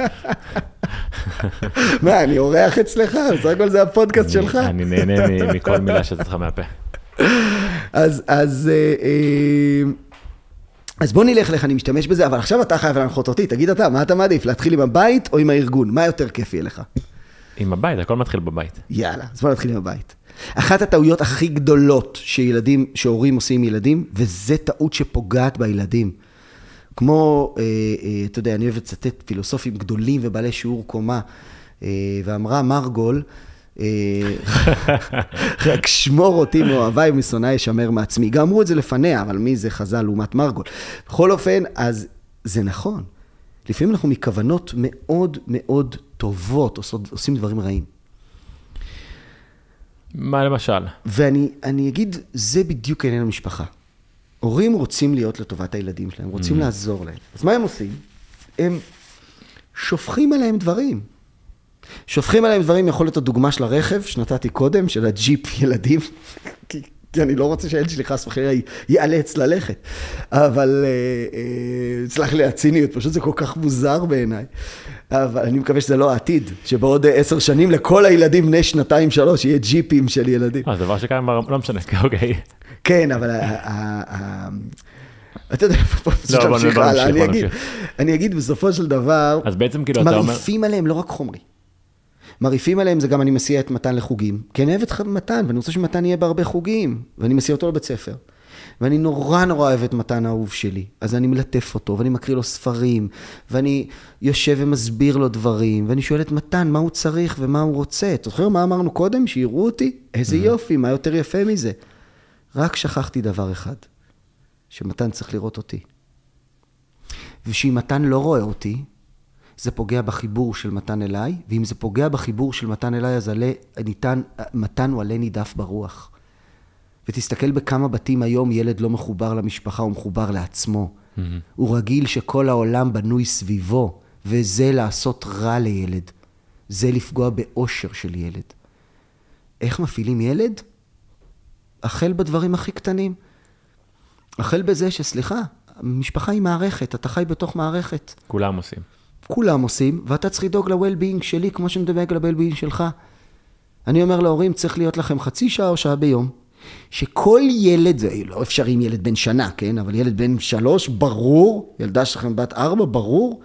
מה, אני אורח אצלך? בסך הכל זה הפודקאסט שלך. אני נהנה מכל מילה שאת לך מהפה. אז, אז, אז בוא נלך לך, אני משתמש בזה, אבל עכשיו אתה חייב להנחות אותי, תגיד אתה, מה אתה מעדיף, להתחיל עם הבית או עם הארגון? מה יותר כיף יהיה לך? עם הבית, הכל מתחיל בבית. יאללה, אז בוא נתחיל עם הבית. אחת הטעויות הכי גדולות שילדים, שהורים עושים ילדים, וזה טעות שפוגעת בילדים. כמו, אה, אה, אתה יודע, אני אוהב לצטט פילוסופים גדולים ובעלי שיעור קומה, אה, ואמרה מרגול, אה, רק שמור אותי מאוהביי ומשונאי ישמר מעצמי. גם אמרו את זה לפניה, אבל מי זה חז"ל לעומת מרגול. בכל אופן, אז זה נכון. לפעמים אנחנו מכוונות מאוד מאוד טובות, עושים דברים רעים. מה למשל? ואני אני אגיד, זה בדיוק העניין המשפחה. הורים רוצים להיות לטובת הילדים שלהם, רוצים mm. לעזור להם. אז מה הם עושים? הם שופכים עליהם דברים. שופכים עליהם דברים, יכול להיות הדוגמה של הרכב, שנתתי קודם, של הג'יפ ילדים, כי, כי אני לא רוצה שהילד שלי חס וחלילה ייאלץ ללכת. אבל, סלח לי, הציניות, פשוט זה כל כך מוזר בעיניי. אבל אני מקווה שזה לא העתיד, שבעוד עשר שנים לכל הילדים בני שנתיים שלוש יהיה ג'יפים של ילדים. אה, זה דבר שקיים, לא משנה, אוקיי. כן, אבל אתה יודע, פשוט להמשיך הלאה, אני אגיד בסופו של דבר, אז בעצם כאילו אתה אומר, מרעיפים עליהם לא רק חומרי. מרעיפים עליהם זה גם אני מסיע את מתן לחוגים, כי אני אוהב את מתן, ואני רוצה שמתן יהיה בהרבה חוגים, ואני מסיע אותו לבית ספר. ואני נורא נורא אוהב את מתן האהוב שלי, אז אני מלטף אותו, ואני מקריא לו ספרים, ואני יושב ומסביר לו דברים, ואני שואל את מתן מה הוא צריך ומה הוא רוצה. אתה זוכר מה אמרנו קודם? שיראו אותי? איזה יופי, מה יותר יפה מזה? רק שכחתי דבר אחד, שמתן צריך לראות אותי. ושאם מתן לא רואה אותי, זה פוגע בחיבור של מתן אליי, ואם זה פוגע בחיבור של מתן אליי, אז עלה, ניתן, מתן הוא עלה נידף ברוח. ותסתכל בכמה בתים היום ילד לא מחובר למשפחה, הוא מחובר לעצמו. Mm-hmm. הוא רגיל שכל העולם בנוי סביבו, וזה לעשות רע לילד. זה לפגוע באושר של ילד. איך מפעילים ילד? החל בדברים הכי קטנים. החל בזה שסליחה, המשפחה היא מערכת, אתה חי בתוך מערכת. כולם עושים. כולם עושים, ואתה צריך לדאוג ל-well-being שלי, כמו שאני דואג ל-well-being שלך. אני אומר להורים, צריך להיות לכם חצי שעה או שעה ביום, שכל ילד, זה לא אפשרי עם ילד בן שנה, כן? אבל ילד בן שלוש, ברור, ילדה שלכם בת ארבע, ברור,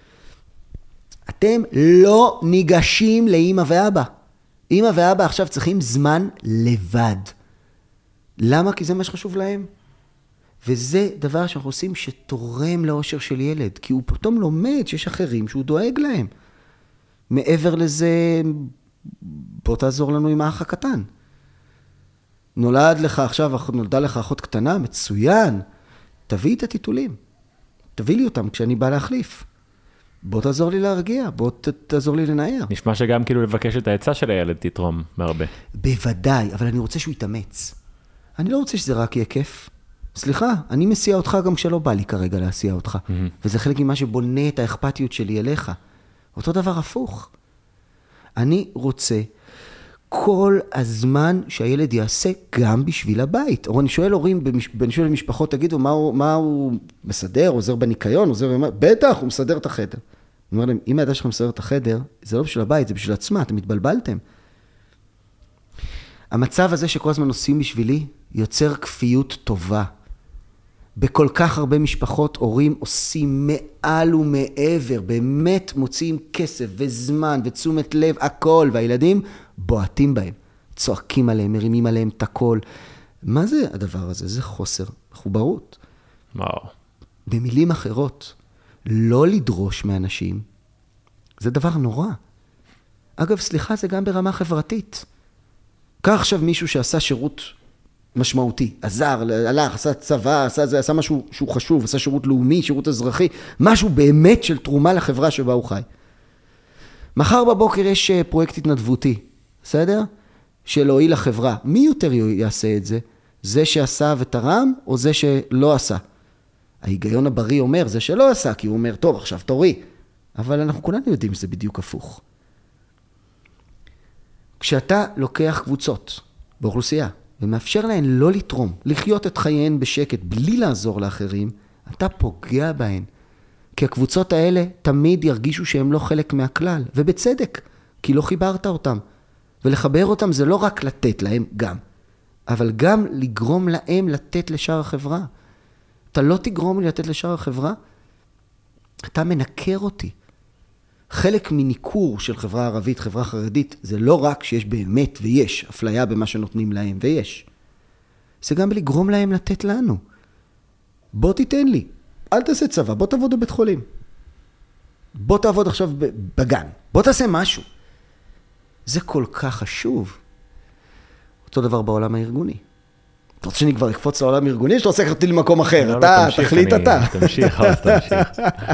אתם לא ניגשים לאמא ואבא. אמא ואבא עכשיו צריכים זמן לבד. למה? כי זה מה שחשוב להם. וזה דבר שאנחנו עושים שתורם לאושר של ילד, כי הוא פתאום לומד שיש אחרים שהוא דואג להם. מעבר לזה, בוא תעזור לנו עם האח הקטן. נולד לך עכשיו, נולדה לך אחות קטנה, מצוין. תביא את הטיטולים. תביא לי אותם כשאני בא להחליף. בוא תעזור לי להרגיע, בוא ת, תעזור לי לנער. נשמע שגם כאילו לבקש את העצה של הילד תתרום מהרבה. בוודאי, אבל אני רוצה שהוא יתאמץ. אני לא רוצה שזה רק יהיה כיף. סליחה, אני מסיע אותך גם כשלא בא לי כרגע להסיע אותך. Mm-hmm. וזה חלק ממה שבונה את האכפתיות שלי אליך. אותו דבר הפוך. אני רוצה כל הזמן שהילד יעשה גם בשביל הבית. או אני שואל הורים, אני שואל למשפחות, תגידו, מה הוא, מה הוא מסדר, עוזר בניקיון, עוזר במה? בטח, הוא מסדר את החדר. אני אומר להם, אם הידע שלכם מסדר את החדר, זה לא בשביל הבית, זה בשביל עצמה, אתם מתבלבלתם. המצב הזה שכל הזמן עושים בשבילי, יוצר כפיות טובה. בכל כך הרבה משפחות, הורים עושים מעל ומעבר, באמת מוציאים כסף וזמן ותשומת לב, הכל, והילדים בועטים בהם, צועקים עליהם, מרימים עליהם את הכל. מה זה הדבר הזה? זה חוסר מחוברות. וואו. במילים אחרות, לא לדרוש מאנשים, זה דבר נורא. אגב, סליחה, זה גם ברמה חברתית. כך עכשיו מישהו שעשה שירות משמעותי, עזר, הלך, עשה צבא, עשה, זה, עשה משהו שהוא חשוב, עשה שירות לאומי, שירות אזרחי, משהו באמת של תרומה לחברה שבה הוא חי. מחר בבוקר יש פרויקט התנדבותי, בסדר? של להועיל לחברה. מי יותר יעשה את זה? זה שעשה ותרם, או זה שלא עשה? ההיגיון הבריא אומר, זה שלא עשה, כי הוא אומר, טוב, עכשיו תורי. אבל אנחנו כולנו יודעים שזה בדיוק הפוך. כשאתה לוקח קבוצות באוכלוסייה, ומאפשר להן לא לתרום, לחיות את חייהן בשקט, בלי לעזור לאחרים, אתה פוגע בהן. כי הקבוצות האלה תמיד ירגישו שהן לא חלק מהכלל, ובצדק, כי לא חיברת אותם. ולחבר אותם זה לא רק לתת להם גם, אבל גם לגרום להם לתת לשאר החברה. אתה לא תגרום לי לתת לשאר החברה, אתה מנקר אותי. חלק מניקור של חברה ערבית, חברה חרדית, זה לא רק שיש באמת ויש אפליה במה שנותנים להם, ויש. זה גם לגרום להם לתת לנו. בוא תיתן לי, אל תעשה צבא, בוא תעבוד בבית חולים. בוא תעבוד עכשיו בגן, בוא תעשה משהו. זה כל כך חשוב. אותו דבר בעולם הארגוני. אתה רוצה שאני כבר אקפוץ לעולם ארגוני, שאתה רוצה לקחת אותי למקום אחר, לא, אתה, לא, תמשיך, תחליט אני- אתה. תמשיך, אז תמשיך.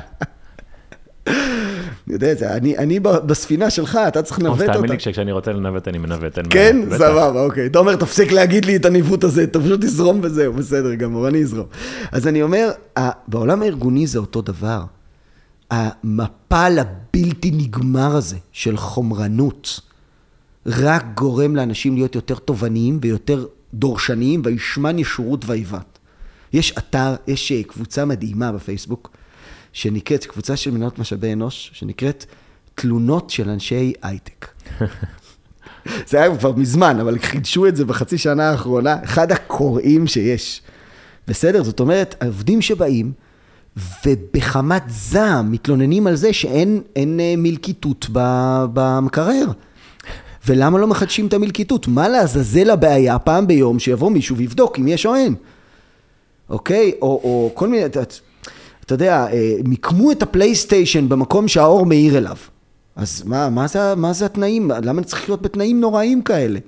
אני יודע את זה, אני, אני בספינה שלך, אתה צריך לנווט אותה. תאמין לי, כשאני רוצה לנווט, אני מנווט. אין כן? בעיה, בטח. סבבה, אוקיי. אתה אומר, תפסיק להגיד לי את הניווט הזה, אתה פשוט תזרום וזהו, בסדר גמור, אני אזרום. אז אני אומר, בעולם הארגוני זה אותו דבר. המפל הבלתי נגמר הזה של חומרנות, רק גורם לאנשים להיות יותר תובעניים ויותר דורשניים, וישמן ישורות ואיבת. יש אתר, יש קבוצה מדהימה בפייסבוק, שנקראת, קבוצה של מנהלות משאבי אנוש, שנקראת תלונות של אנשי הייטק. זה היה כבר מזמן, אבל חידשו את זה בחצי שנה האחרונה, אחד הקוראים שיש. בסדר? זאת אומרת, העובדים שבאים, ובחמת זעם מתלוננים על זה שאין אין מלכיתות במקרר. ולמה לא מחדשים את המלכיתות? מה לעזאזל הבעיה פעם ביום שיבוא מישהו ויבדוק אם יש או אין? אוקיי? או, או כל מיני, אתה, אתה יודע, מיקמו את הפלייסטיישן במקום שהאור מאיר אליו. אז מה, מה זה, מה זה התנאים? למה צריך להיות בתנאים נוראים כאלה?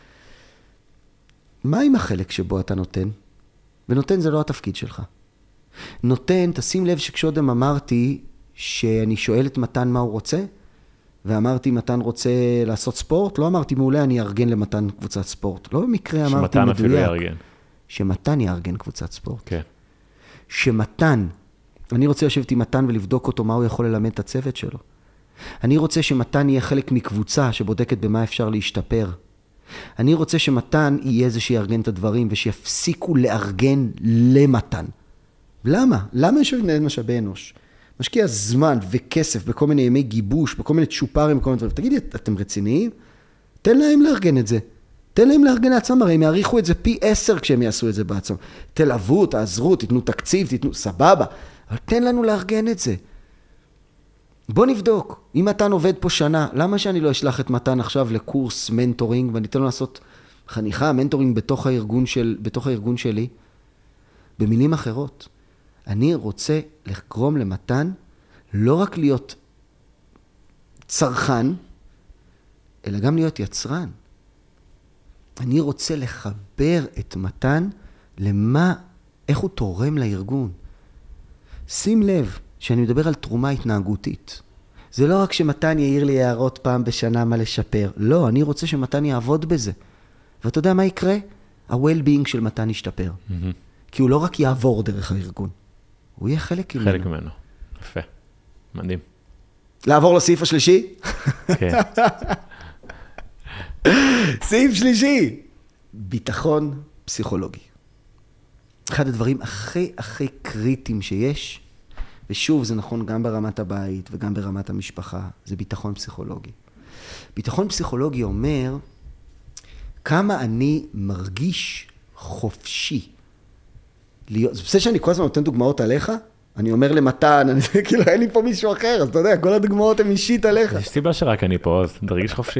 מה עם החלק שבו אתה נותן? ונותן זה לא התפקיד שלך. נותן, תשים לב שכשאודם אמרתי שאני שואל את מתן מה הוא רוצה, ואמרתי מתן רוצה לעשות ספורט, לא אמרתי מעולה אני אארגן למתן קבוצת ספורט. לא במקרה אמרתי מדויק. שמתן אפילו יארגן. שמתן יארגן קבוצת ספורט. כן. שמתן, אני רוצה לשבת עם מתן ולבדוק אותו מה הוא יכול ללמד את הצוות שלו. אני רוצה שמתן יהיה חלק מקבוצה שבודקת במה אפשר להשתפר. אני רוצה שמתן יהיה זה שיארגן את הדברים ושיפסיקו לארגן למתן. למה? למה יש מנהל משאבי אנוש? משקיע זמן וכסף בכל מיני ימי גיבוש, בכל מיני צ'ופרים, בכל מיני דברים. תגידי, אתם רציניים? תן להם לארגן את זה. תן להם לארגן לעצמם, הרי הם יעריכו את זה פי עשר כשהם יעשו את זה בעצמם. תלוו, תעזרו, תיתנו תקציב, תיתנו, סבבה. אבל תן לנו לארגן את זה. בוא נבדוק. אם מתן עובד פה שנה, למה שאני לא אשלח את מתן עכשיו לקורס מנטורינג, ואני אתן לו לעשות חניכה, מנטורינג בתוך הארגון, של, בתוך הארגון שלי? במילים אחרות, אני רוצה לגרום למתן לא רק להיות צרכן, אלא גם להיות יצרן. אני רוצה לחבר את מתן למה, איך הוא תורם לארגון. שים לב שאני מדבר על תרומה התנהגותית. זה לא רק שמתן יעיר לי הערות פעם בשנה מה לשפר. לא, אני רוצה שמתן יעבוד בזה. ואתה יודע מה יקרה? ה-well-being של מתן ישתפר. Mm-hmm. כי הוא לא רק יעבור דרך הארגון. הוא יהיה חלק ממנו. חלק ממנו. יפה. מדהים. לעבור לסעיף השלישי? כן. סעיף שלישי. ביטחון פסיכולוגי. אחד הדברים הכי הכי קריטיים שיש, ושוב זה נכון גם ברמת הבית וגם ברמת המשפחה, זה ביטחון פסיכולוגי. ביטחון פסיכולוגי אומר כמה אני מרגיש חופשי. להיות, זה בסדר שאני כל הזמן נותן דוגמאות עליך, אני אומר למתן, אני, כאילו אין לי פה מישהו אחר, אז אתה יודע, כל הדוגמאות הן אישית עליך. יש סיבה שרק אני פה, אז תרגיש חופשי.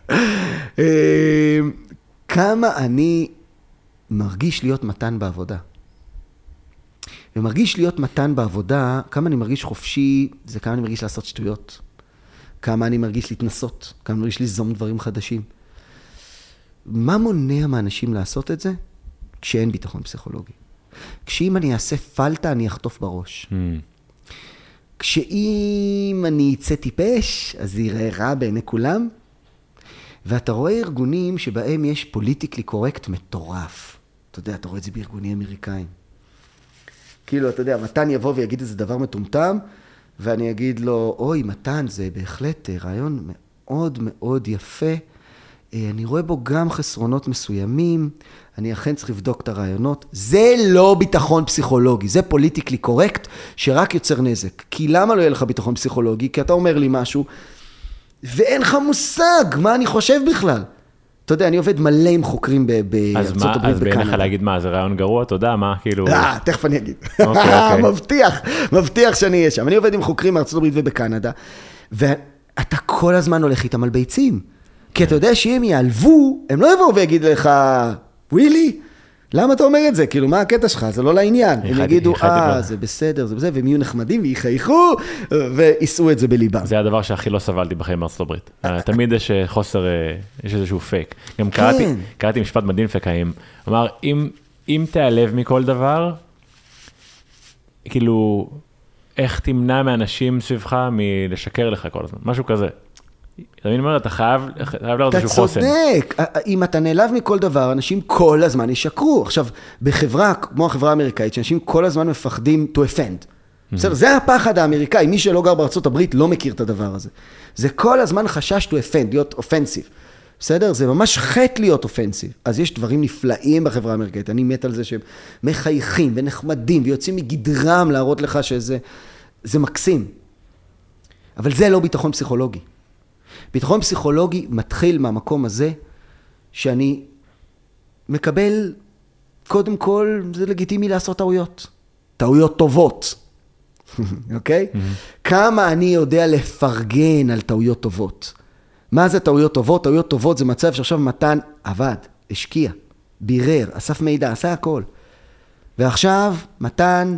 כמה אני מרגיש להיות מתן בעבודה. ומרגיש להיות מתן בעבודה, כמה אני מרגיש חופשי, זה כמה אני מרגיש לעשות שטויות. כמה אני מרגיש להתנסות, כמה אני מרגיש ליזום דברים חדשים. מה מונע מאנשים לעשות את זה? כשאין ביטחון פסיכולוגי. כשאם אני אעשה פלטה, אני אחטוף בראש. Mm. כשאם אני אצא טיפש, אז זה יראה רע בעיני כולם. ואתה רואה ארגונים שבהם יש פוליטיקלי קורקט מטורף. אתה יודע, אתה רואה את זה בארגונים אמריקאים. כאילו, אתה יודע, מתן יבוא ויגיד איזה דבר מטומטם, ואני אגיד לו, אוי, מתן, זה בהחלט רעיון מאוד מאוד יפה. אני רואה בו גם חסרונות מסוימים, אני אכן צריך לבדוק את הרעיונות. זה לא ביטחון פסיכולוגי, זה פוליטיקלי קורקט שרק יוצר נזק. כי למה לא יהיה לך ביטחון פסיכולוגי? כי אתה אומר לי משהו, ואין לך מושג מה אני חושב בכלל. אתה יודע, אני עובד מלא עם חוקרים בארצות הברית בקנדה. אז בעיניך להגיד מה, זה רעיון גרוע, אתה יודע מה, כאילו... אה, תכף אני אגיד. אוקיי, אוקיי. מבטיח, מבטיח שאני אהיה שם. אני עובד עם חוקרים בארצות הברית ובקנדה, ואתה כל הזמן הולך איתם על ביצים. כי אתה יודע שאם יעלבו, הם לא יבואו ויגיד לך, ווילי, למה אתה אומר את זה? כאילו, מה הקטע שלך? זה לא לעניין. הם יגידו, אה, זה בסדר, זה בסדר, והם יהיו נחמדים ויחייכו, ויסעו את זה בליבם. זה הדבר שהכי לא סבלתי בחיים בארצות הברית. תמיד יש חוסר, יש איזשהו פייק. גם קראתי משפט מדהים פקאים, אמר, אם אם תיעלב מכל דבר, כאילו, איך תמנע מאנשים סביבך מלשקר לך כל הזמן, משהו כזה. אני אומר, אתה חייב, חייב לראות איזשהו חוסן. אתה צודק, אם אתה נעלב מכל דבר, אנשים כל הזמן ישקרו. עכשיו, בחברה, כמו החברה האמריקאית, שאנשים כל הזמן מפחדים to offend. בסדר, זה הפחד האמריקאי, מי שלא גר בארצות הברית לא מכיר את הדבר הזה. זה כל הזמן חשש to offend, להיות offensive. בסדר? זה ממש חטא להיות offensive. אז יש דברים נפלאים בחברה האמריקאית, אני מת על זה שהם מחייכים ונחמדים, ויוצאים מגדרם להראות לך שזה זה מקסים. אבל זה לא ביטחון פסיכולוגי. ביטחון פסיכולוגי מתחיל מהמקום הזה, שאני מקבל, קודם כל, זה לגיטימי לעשות טעויות. טעויות טובות. אוקיי? Mm-hmm. כמה אני יודע לפרגן על טעויות טובות. מה זה טעויות טובות? טעויות טובות זה מצב שעכשיו מתן עבד, השקיע, בירר, אסף מידע, עשה הכל. ועכשיו מתן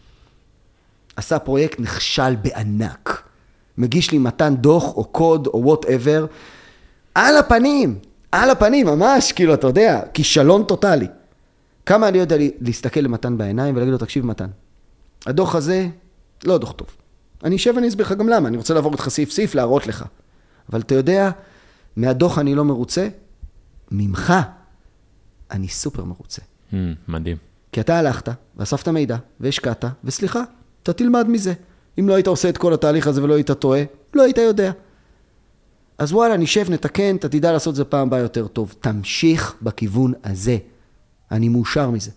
עשה פרויקט נכשל בענק. מגיש לי מתן דוח או קוד או whatever, על הפנים, על הפנים, ממש, כאילו, אתה יודע, כישלון טוטלי. כמה אני יודע להסתכל למתן בעיניים ולהגיד לו, תקשיב מתן, הדוח הזה לא דוח טוב. אני אשב ואני אסביר לך גם למה, אני רוצה לעבור איתך סעיף סעיף, להראות לך. אבל אתה יודע, מהדוח אני לא מרוצה, ממך אני סופר מרוצה. Mm, מדהים. כי אתה הלכת, ואספת מידע, והשקעת, וסליחה, אתה תלמד מזה. אם לא היית עושה את כל התהליך הזה ולא היית טועה, לא היית יודע. אז וואלה, נשב, נתקן, אתה תדע לעשות זה פעם הבאה יותר טוב. תמשיך בכיוון הזה. אני מאושר מזה.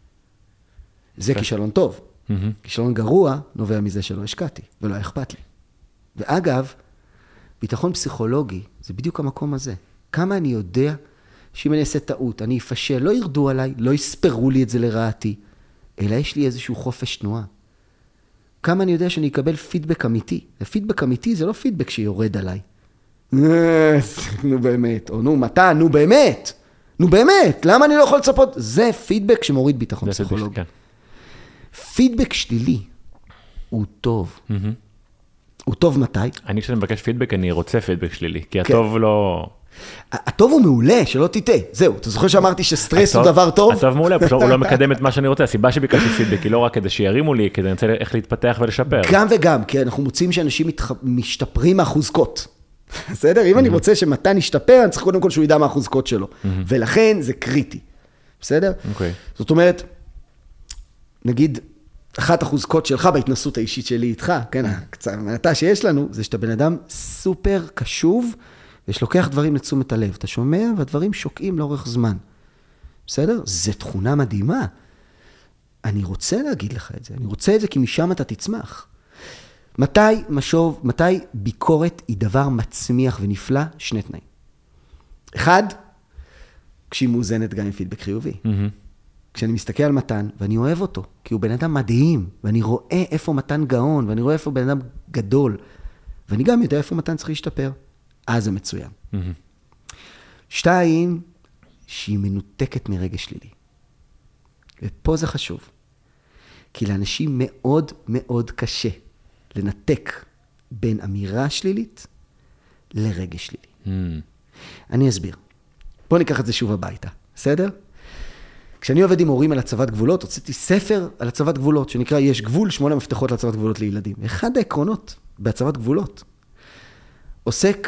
זה כישלון טוב. Mm-hmm. כישלון גרוע נובע מזה שלא השקעתי, ולא אכפת לי. ואגב, ביטחון פסיכולוגי, זה בדיוק המקום הזה. כמה אני יודע שאם אני אעשה טעות, אני אפשל, לא ירדו עליי, לא יספרו לי את זה לרעתי, אלא יש לי איזשהו חופש תנועה. כמה אני יודע שאני אקבל פידבק אמיתי. ופידבק אמיתי זה לא פידבק שיורד עליי. נו באמת, או נו מתן, נו באמת, נו באמת, למה אני לא יכול לצפות? זה פידבק שמוריד ביטחון פסיכולוגי. פידבק שלילי הוא טוב. הוא טוב מתי? אני כשאני מבקש פידבק, אני רוצה פידבק שלילי, כי הטוב לא... הטוב הוא מעולה, שלא תטעה. זהו, אתה זוכר שאמרתי שסטרס הוא דבר טוב? הטוב מעולה, פשוט הוא לא מקדם את מה שאני רוצה. הסיבה שביקשתי פידבק היא לא רק כדי שירימו לי, כדי לנסה איך להתפתח ולשפר. גם וגם, כי אנחנו מוצאים שאנשים משתפרים מהחוזקות. בסדר? אם אני רוצה שמתן ישתפר, אני צריך קודם כל שהוא ידע מהחוזקות שלו. ולכן זה קריטי. בסדר? זאת אומרת, נגיד, אחת החוזקות שלך בהתנסות האישית שלי איתך, כן, הקצת שיש לנו, זה שאתה בן אדם סופר קשוב, ושלוקח דברים לתשומת הלב. אתה שומע, והדברים שוקעים לאורך זמן. בסדר? זו תכונה מדהימה. אני רוצה להגיד לך את זה. אני רוצה את זה כי משם אתה תצמח. מתי משוב, מתי ביקורת היא דבר מצמיח ונפלא? שני תנאים. אחד, כשהיא מאוזנת גם עם פידבק חיובי. Mm-hmm. כשאני מסתכל על מתן, ואני אוהב אותו, כי הוא בן אדם מדהים, ואני רואה איפה מתן גאון, ואני רואה איפה בן אדם גדול, ואני גם יודע איפה מתן צריך להשתפר. אז זה מצוין. Mm-hmm. שתיים, שהיא מנותקת מרגש שלילי. ופה זה חשוב. כי לאנשים מאוד מאוד קשה לנתק בין אמירה שלילית לרגש שלילי. Mm. אני אסביר. בוא ניקח את זה שוב הביתה. בסדר? כשאני עובד עם הורים על הצבת גבולות, הוצאתי ספר על הצבת גבולות, שנקרא יש גבול, שמונה מפתחות להצבת גבולות לילדים. אחד העקרונות בהצבת גבולות עוסק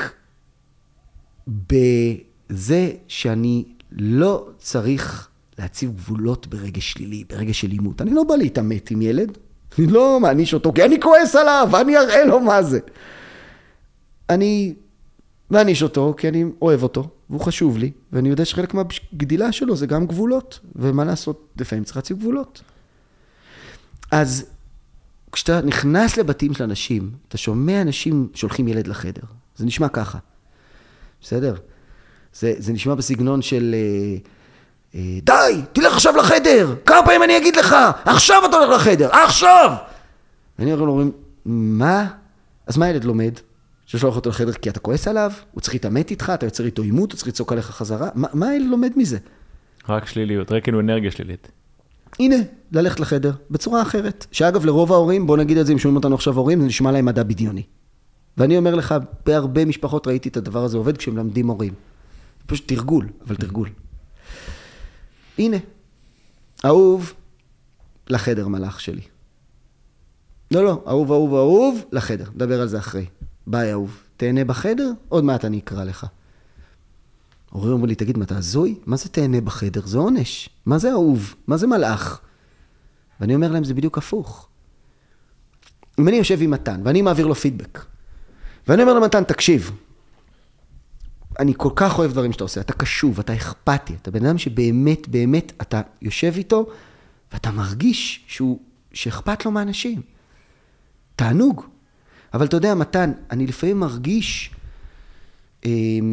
בזה שאני לא צריך להציב גבולות ברגש שלילי, ברגש של אימות. אני לא בא להתאמת עם ילד, אני לא מעניש אותו, כי אני כועס עליו, ואני אראה לו מה זה. אני מעניש אותו, כי אני אוהב אותו, והוא חשוב לי, ואני יודע שחלק מהגדילה שלו זה גם גבולות, ומה לעשות, לפעמים צריך להציב גבולות. אז כשאתה נכנס לבתים של אנשים, אתה שומע אנשים שולחים ילד לחדר, זה נשמע ככה, בסדר? זה, זה נשמע בסגנון של... די, תלך עכשיו לחדר, כמה פעמים אני אגיד לך, עכשיו אתה הולך לחדר, עכשיו! ואני אומרים, מה? אז מה ילד לומד? ששולח אותו לחדר כי אתה כועס עליו, הוא צריך להתאמת איתך, אתה יוצר איתו אימות, הוא צריך לצעוק עליך חזרה, מה, מה ילד לומד מזה? רק שליליות, רק כאילו אנרגיה שלילית. הנה, ללכת לחדר, בצורה אחרת. שאגב, לרוב ההורים, בוא נגיד את זה, אם שומעים אותנו עכשיו הורים, זה נשמע להם מדע בדיוני. ואני אומר לך, בהרבה משפחות ראיתי את הדבר הזה עובד כשהם למדים הורים. פשוט תרגול, אבל תרגול. הנה, אהוב, לחדר מלאך שלי. לא, לא, אהוב, אהוב, אהוב, לחדר. דבר על זה אחרי. ביי, אהוב. תהנה בחדר? עוד מעט אני אקרא לך. הורים אומרים לי, תגיד, מה אתה הזוי? מה זה תהנה בחדר? זה עונש. מה זה אהוב? מה זה מלאך? ואני אומר להם, זה בדיוק הפוך. אם אני יושב עם מתן, ואני מעביר לו פידבק, ואני אומר למתן, תקשיב, אני כל כך אוהב דברים שאתה עושה, אתה קשוב, אתה אכפתי, אתה בן אדם שבאמת, באמת, אתה יושב איתו, ואתה מרגיש שהוא, שאכפת לו מאנשים. תענוג. אבל אתה יודע, מתן, אני לפעמים מרגיש אה,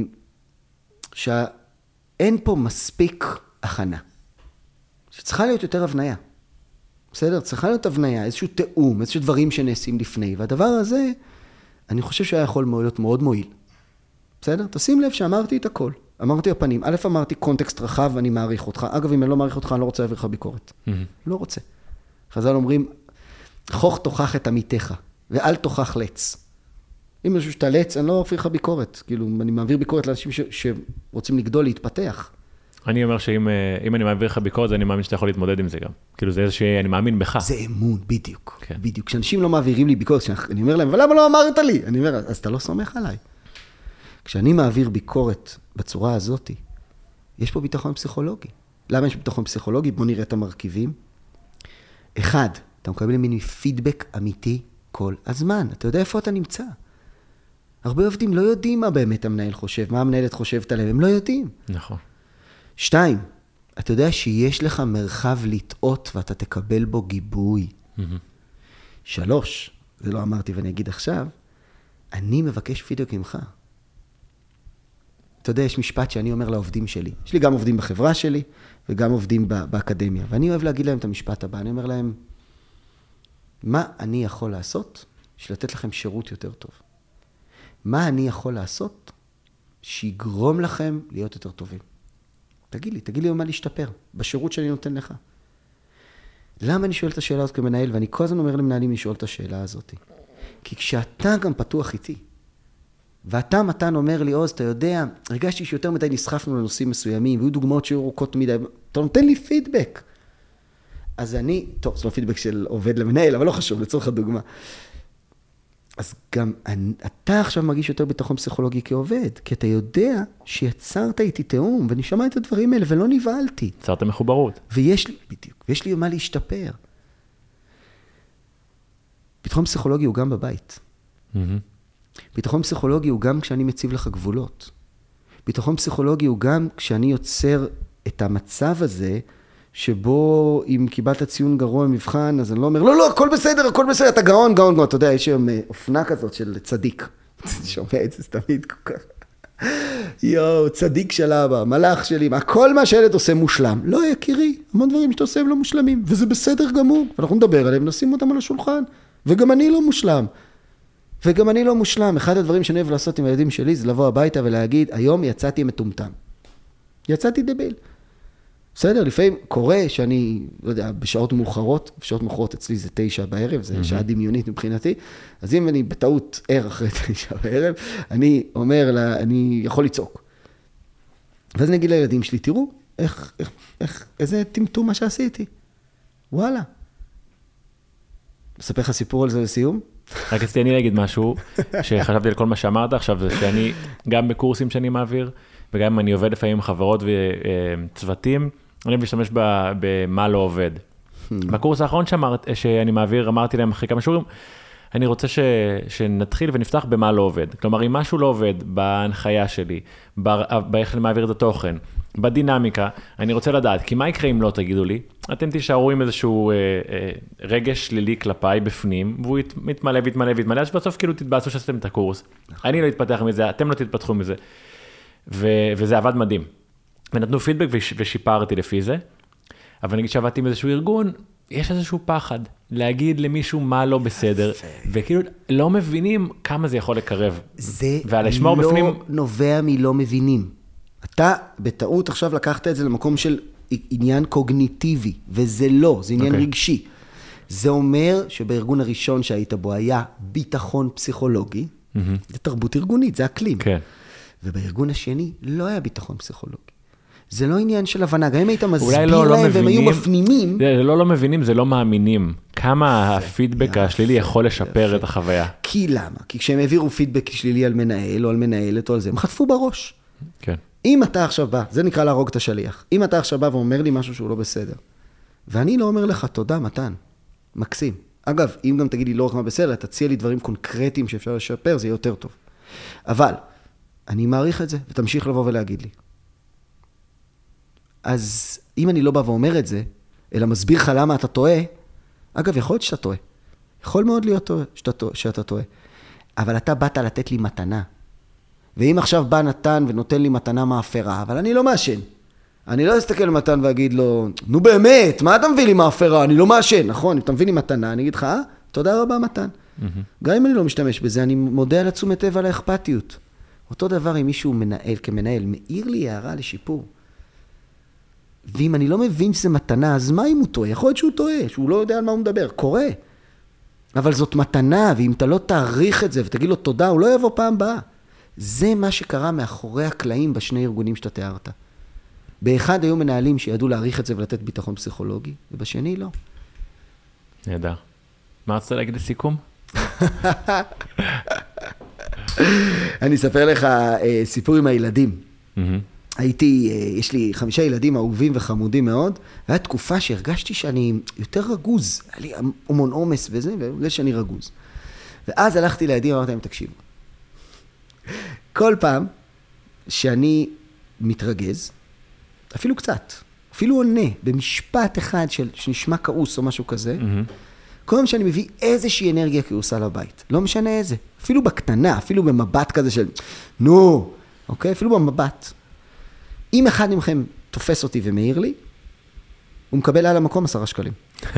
שאין פה מספיק הכנה. שצריכה להיות יותר הבניה. בסדר? צריכה להיות הבניה, איזשהו תאום, איזשהו דברים שנעשים לפני. והדבר הזה, אני חושב שהיה יכול להיות מאוד מועיל. בסדר? תשים לב שאמרתי את הכל. אמרתי הפנים. א', אמרתי קונטקסט רחב, אני מעריך אותך. אגב, אם אני לא מעריך אותך, אני לא רוצה להעביר לך ביקורת. Mm-hmm. לא רוצה. חז"ל אומרים, חוך תוכח את עמיתך, ואל תוכח לץ. אם משהו שאתה לץ, אני לא אעביר לך ביקורת. כאילו, אני מעביר ביקורת לאנשים ש... שרוצים לגדול, להתפתח. אני אומר שאם אם אני מעביר לך ביקורת, אז אני מאמין שאתה יכול להתמודד עם זה גם. כאילו, זה איזה שאני מאמין בך. זה אמון, בדיוק. כן. בדיוק. כשאנשים לא מעבירים לי ביקורת, אני אומר להם, אבל למה לא אמרת לי? אני אומר, אז אתה לא סומך עליי. כשאני מעביר ביקורת בצורה הזאת, יש פה ביטחון פסיכולוגי. למה יש ביטחון פסיכולוגי? בוא נראה את המרכיבים. אחד, אתה מקבל ממני פידבק אמיתי כל הזמן. אתה יודע איפה אתה נמצא. הרבה עובדים לא יודעים מה באמת המנהל חושב, מה המנהלת חושבת עליהם, הם לא יודעים. נכון. שתיים, אתה יודע שיש לך מרחב לטעות ואתה תקבל בו גיבוי. Mm-hmm. שלוש, זה לא אמרתי ואני אגיד עכשיו, אני מבקש פידבק ממך. אתה יודע, יש משפט שאני אומר לעובדים שלי. יש לי גם עובדים בחברה שלי וגם עובדים באקדמיה. ואני אוהב להגיד להם את המשפט הבא. אני אומר להם, מה אני יכול לעשות בשביל לתת לכם שירות יותר טוב? מה אני יכול לעשות שיגרום לכם להיות יותר טובים? תגיד לי, תגיד לי מה להשתפר בשירות שאני נותן לך. למה אני שואל את השאלה הזאת כמנהל? ואני כל הזמן אומר למנהלים לשאול את השאלה הזאת. כי כשאתה גם פתוח איתי, ואתה מתן אומר לי, עוז, אתה יודע, הרגשתי שיותר מדי נסחפנו לנושאים מסוימים, והיו דוגמאות שהיו ארוכות מדי, אתה נותן לי פידבק. אז אני, טוב, זה לא פידבק של עובד למנהל, אבל לא חשוב, לצורך הדוגמה. אז גם אני, אתה עכשיו מרגיש יותר ביטחון פסיכולוגי כעובד, כי אתה יודע שיצרת איתי תאום, ואני שמע את הדברים האלה, ולא נבהלתי. יצרת מחוברות. ויש לי, בדיוק, ויש לי מה להשתפר. ביטחון פסיכולוגי הוא גם בבית. Mm-hmm. ביטחון פסיכולוגי הוא גם כשאני מציב לך גבולות. ביטחון פסיכולוגי הוא גם כשאני יוצר את המצב הזה, שבו אם קיבלת ציון גרוע מבחן, אז אני לא אומר, לא, לא, הכל בסדר, הכל בסדר, אתה גאון, גאון, גאון. אתה יודע, יש היום אופנה כזאת של צדיק. שומע את זה תמיד כל כך. יואו, צדיק של אבא, מלאך שלי, כל מה שהילד עושה מושלם. לא, יקירי, המון דברים שאתה עושה הם לא מושלמים, וזה בסדר גמור. ואנחנו נדבר עליהם, נשים אותם על השולחן. וגם אני לא מושלם. וגם אני לא מושלם. אחד הדברים שאני אוהב לעשות עם הילדים שלי, זה לבוא הביתה ולהגיד, היום יצאתי מטומטם. יצאתי דביל. בסדר, לפעמים קורה שאני, לא יודע, בשעות מאוחרות, בשעות מאוחרות אצלי זה תשע בערב, זה שעה דמיונית מבחינתי, אז אם אני בטעות ער אחרי תשע בערב, אני אומר לה, אני יכול לצעוק. ואז אני אגיד לילדים שלי, תראו, איך, איך, איך, איזה טמטום מה שעשיתי. וואלה. אספר לך סיפור על זה לסיום? רק רציתי אני להגיד משהו, שחשבתי על כל מה שאמרת עכשיו, זה שאני, גם בקורסים שאני מעביר, וגם אם אני עובד לפעמים עם חברות וצוותים, אני משתמש במה לא עובד. בקורס האחרון שאני מעביר, אמרתי להם אחרי כמה שיעורים, אני רוצה ש, שנתחיל ונפתח במה לא עובד. כלומר, אם משהו לא עובד בהנחיה שלי, באיך אני מעביר את התוכן, בדינמיקה, אני רוצה לדעת, כי מה יקרה אם לא תגידו לי? אתם תישארו עם איזשהו אה, אה, רגש שלילי כלפיי בפנים, והוא מתמלא והתמלא והתמלא, אז בסוף כאילו תתבאסו שעשיתם את הקורס. אני לא אתפתח מזה, אתם לא תתפתחו מזה. ו, וזה עבד מדהים. ונתנו פידבק וש, ושיפרתי לפי זה, אבל נגיד שעבדתי עם איזשהו ארגון, יש איזשהו פחד להגיד למישהו מה לא בסדר, וכאילו לא מבינים כמה זה יכול לקרב. זה לא בפנים... נובע מלא מבינים. אתה בטעות עכשיו לקחת את זה למקום של עניין קוגניטיבי, וזה לא, זה עניין okay. רגשי. זה אומר שבארגון הראשון שהיית בו היה ביטחון פסיכולוגי, mm-hmm. זה תרבות ארגונית, זה אקלים. כן. Okay. ובארגון השני לא היה ביטחון פסיכולוגי. זה לא עניין של הבנה, גם אם היית מסביר לא, להם לא והם היו מפנימים. זה לא לא מבינים, זה לא מאמינים. כמה הפידבק השלילי יכול לשפר את החוויה. כי למה? כי כשהם העבירו פידבק שלילי על מנהל או על מנהלת או על זה, הם חטפו בראש. כן. אם אתה עכשיו בא, זה נקרא להרוג את השליח, אם אתה עכשיו בא ואומר לי משהו שהוא לא בסדר, ואני לא אומר לך תודה מתן, מקסים. אגב, אם גם תגיד לי לא רק מה בסדר, תציע לי דברים קונקרטיים שאפשר לשפר, זה יהיה יותר טוב. אבל, אני מעריך את זה, ותמשיך לבוא ולהגיד לי. אז אם אני לא בא ואומר את זה, אלא מסביר לך למה אתה טועה, אגב, יכול להיות שאתה טועה. יכול מאוד להיות שאתה, שאתה טועה. אבל אתה באת לתת לי מתנה. ואם עכשיו בא נתן ונותן לי מתנה מאפרה, אבל אני לא מאשן. אני לא אסתכל למתן ואגיד לו, נו באמת, מה אתה מביא לי מאפרה? אני לא מאשן, נכון? אם אתה מביא לי מתנה, אני אגיד לך, אה, תודה רבה מתן. Mm-hmm. גם אם אני לא משתמש בזה, אני מודה על התשומת לב על האכפתיות. אותו דבר אם מישהו מנהל כמנהל, מעיר לי הערה לשיפור. ואם אני לא מבין שזה מתנה, אז מה אם הוא טועה? יכול להיות שהוא טועה, שהוא לא יודע על מה הוא מדבר, קורה. אבל זאת מתנה, ואם אתה לא תעריך את זה ותגיד לו תודה, הוא לא יבוא פעם באה. זה מה שקרה מאחורי הקלעים בשני ארגונים שאתה תיארת. באחד היו מנהלים שידעו להעריך את זה ולתת ביטחון פסיכולוגי, ובשני לא. נהדר. מה רצית להגיד לסיכום? אני אספר לך סיפור עם הילדים. הייתי, יש לי חמישה ילדים אהובים וחמודים מאוד, והיה תקופה שהרגשתי שאני יותר רגוז, היה לי המון עומס וזה, וזה שאני רגוז. ואז הלכתי לידים ואמרתי להם, תקשיבו. כל פעם שאני מתרגז, אפילו קצת, אפילו עונה במשפט אחד של, שנשמע כעוס או משהו כזה, mm-hmm. כל פעם שאני מביא איזושהי אנרגיה כעוסה לבית, לא משנה איזה, אפילו בקטנה, אפילו במבט כזה של, נו, אוקיי? אפילו במבט. אם אחד מכם תופס אותי ומעיר לי, הוא מקבל על המקום עשרה שקלים.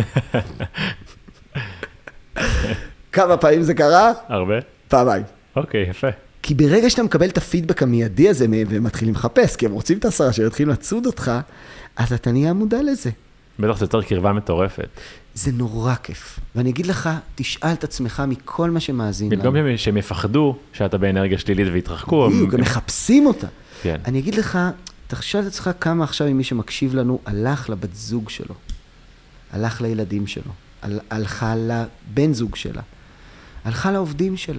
כמה פעמים זה קרה? הרבה. פעמיים. אוקיי, יפה. כי ברגע שאתה מקבל את הפידבק המיידי הזה, והם מתחילים לחפש, כי הם רוצים את העשרה שיתחילים לצוד אותך, אז אתה נהיה מודע לזה. בטח זה יותר קרבה מטורפת. זה נורא כיף. ואני אגיד לך, תשאל את עצמך מכל מה שמאזין לנו. במקום שהם יפחדו שאתה באנרגיה שלילית והתרחקו. בדיוק, הם מחפשים אותה. כן. אני אגיד לך, תחשב את עצמך כמה עכשיו עם מי שמקשיב לנו, הלך לבת זוג שלו, הלך לילדים שלו, הל, הלכה לבן זוג שלה, הלכה לעובדים שלה.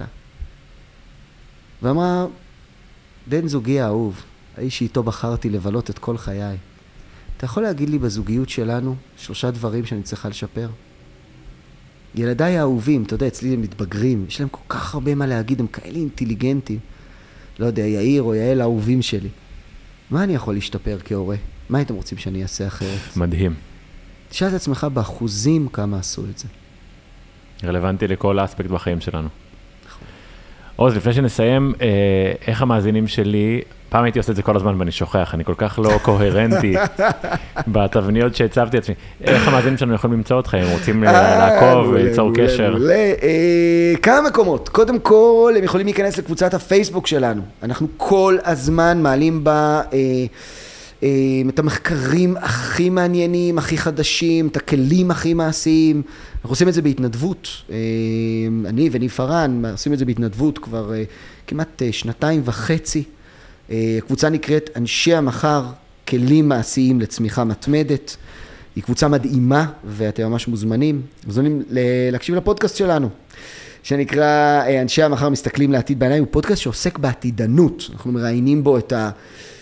ואמרה, בן זוגי האהוב, האיש שאיתו בחרתי לבלות את כל חיי. אתה יכול להגיד לי בזוגיות שלנו שלושה דברים שאני צריכה לשפר? ילדיי האהובים, אתה יודע, אצלי הם מתבגרים, יש להם כל כך הרבה מה להגיד, הם כאלה אינטליגנטים. לא יודע, יאיר או יעל האהובים שלי. מה אני יכול להשתפר כהורה? מה הייתם רוצים שאני אעשה אחרת? מדהים. תשאל את עצמך באחוזים כמה עשו את זה. רלוונטי לכל האספקט בחיים שלנו. עוז, לפני שנסיים, איך המאזינים שלי, פעם הייתי עושה את זה כל הזמן ואני שוכח, אני כל כך לא קוהרנטי בתבניות שהצבתי עצמי. איך המאזינים שלנו יכולים למצוא אותך, הם רוצים לעקוב וליצור קשר? כמה מקומות. קודם כל, הם יכולים להיכנס לקבוצת הפייסבוק שלנו. אנחנו כל הזמן מעלים בה את המחקרים הכי מעניינים, הכי חדשים, את הכלים הכי מעשיים. אנחנו עושים את זה בהתנדבות. אני וני פרן עושים את זה בהתנדבות כבר כמעט שנתיים וחצי. הקבוצה נקראת אנשי המחר, כלים מעשיים לצמיחה מתמדת. היא קבוצה מדהימה ואתם ממש מוזמנים. מוזמנים להקשיב לפודקאסט שלנו, שנקרא אנשי המחר מסתכלים לעתיד בעיניים. הוא פודקאסט שעוסק בעתידנות. אנחנו מראיינים בו את ה...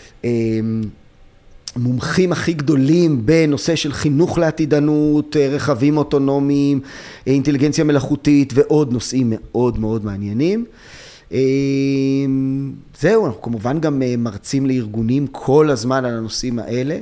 מומחים הכי גדולים בנושא של חינוך לעתידנות, רכבים אוטונומיים, אינטליגנציה מלאכותית ועוד נושאים מאוד מאוד מעניינים. זהו, אנחנו כמובן גם מרצים לארגונים כל הזמן על הנושאים האלה,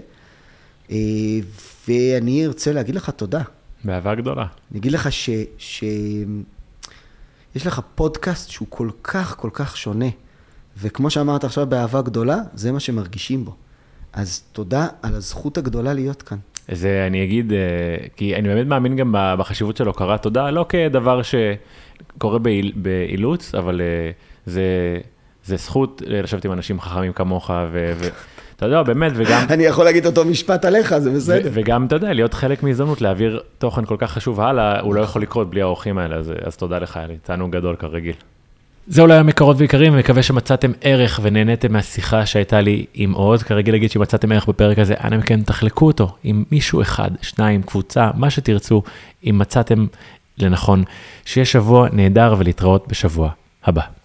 ואני ארצה להגיד לך תודה. באהבה גדולה. אני אגיד לך ש... ש... יש לך פודקאסט שהוא כל כך כל כך שונה, וכמו שאמרת עכשיו באהבה גדולה, זה מה שמרגישים בו. אז תודה על הזכות הגדולה להיות כאן. זה אני אגיד, כי אני באמת מאמין גם בחשיבות של הוקרת תודה, לא כדבר שקורה באילוץ, אבל זה, זה זכות לשבת עם אנשים חכמים כמוך, ואתה יודע, באמת, וגם... אני יכול להגיד אותו משפט עליך, זה בסדר. וגם, אתה יודע, להיות חלק מהזדמנות, להעביר תוכן כל כך חשוב הלאה, הוא לא יכול לקרות בלי האורחים האלה, אז, אז תודה לך, היה לי, תענוג גדול כרגיל. זהו לא היה מקורות ויקרים, מקווה שמצאתם ערך ונהניתם מהשיחה שהייתה לי עם עוד, כרגיל להגיד שמצאתם ערך בפרק הזה, אנא מכן תחלקו אותו עם מישהו אחד, שניים, קבוצה, מה שתרצו, אם מצאתם לנכון, שיהיה שבוע נהדר ולהתראות בשבוע הבא.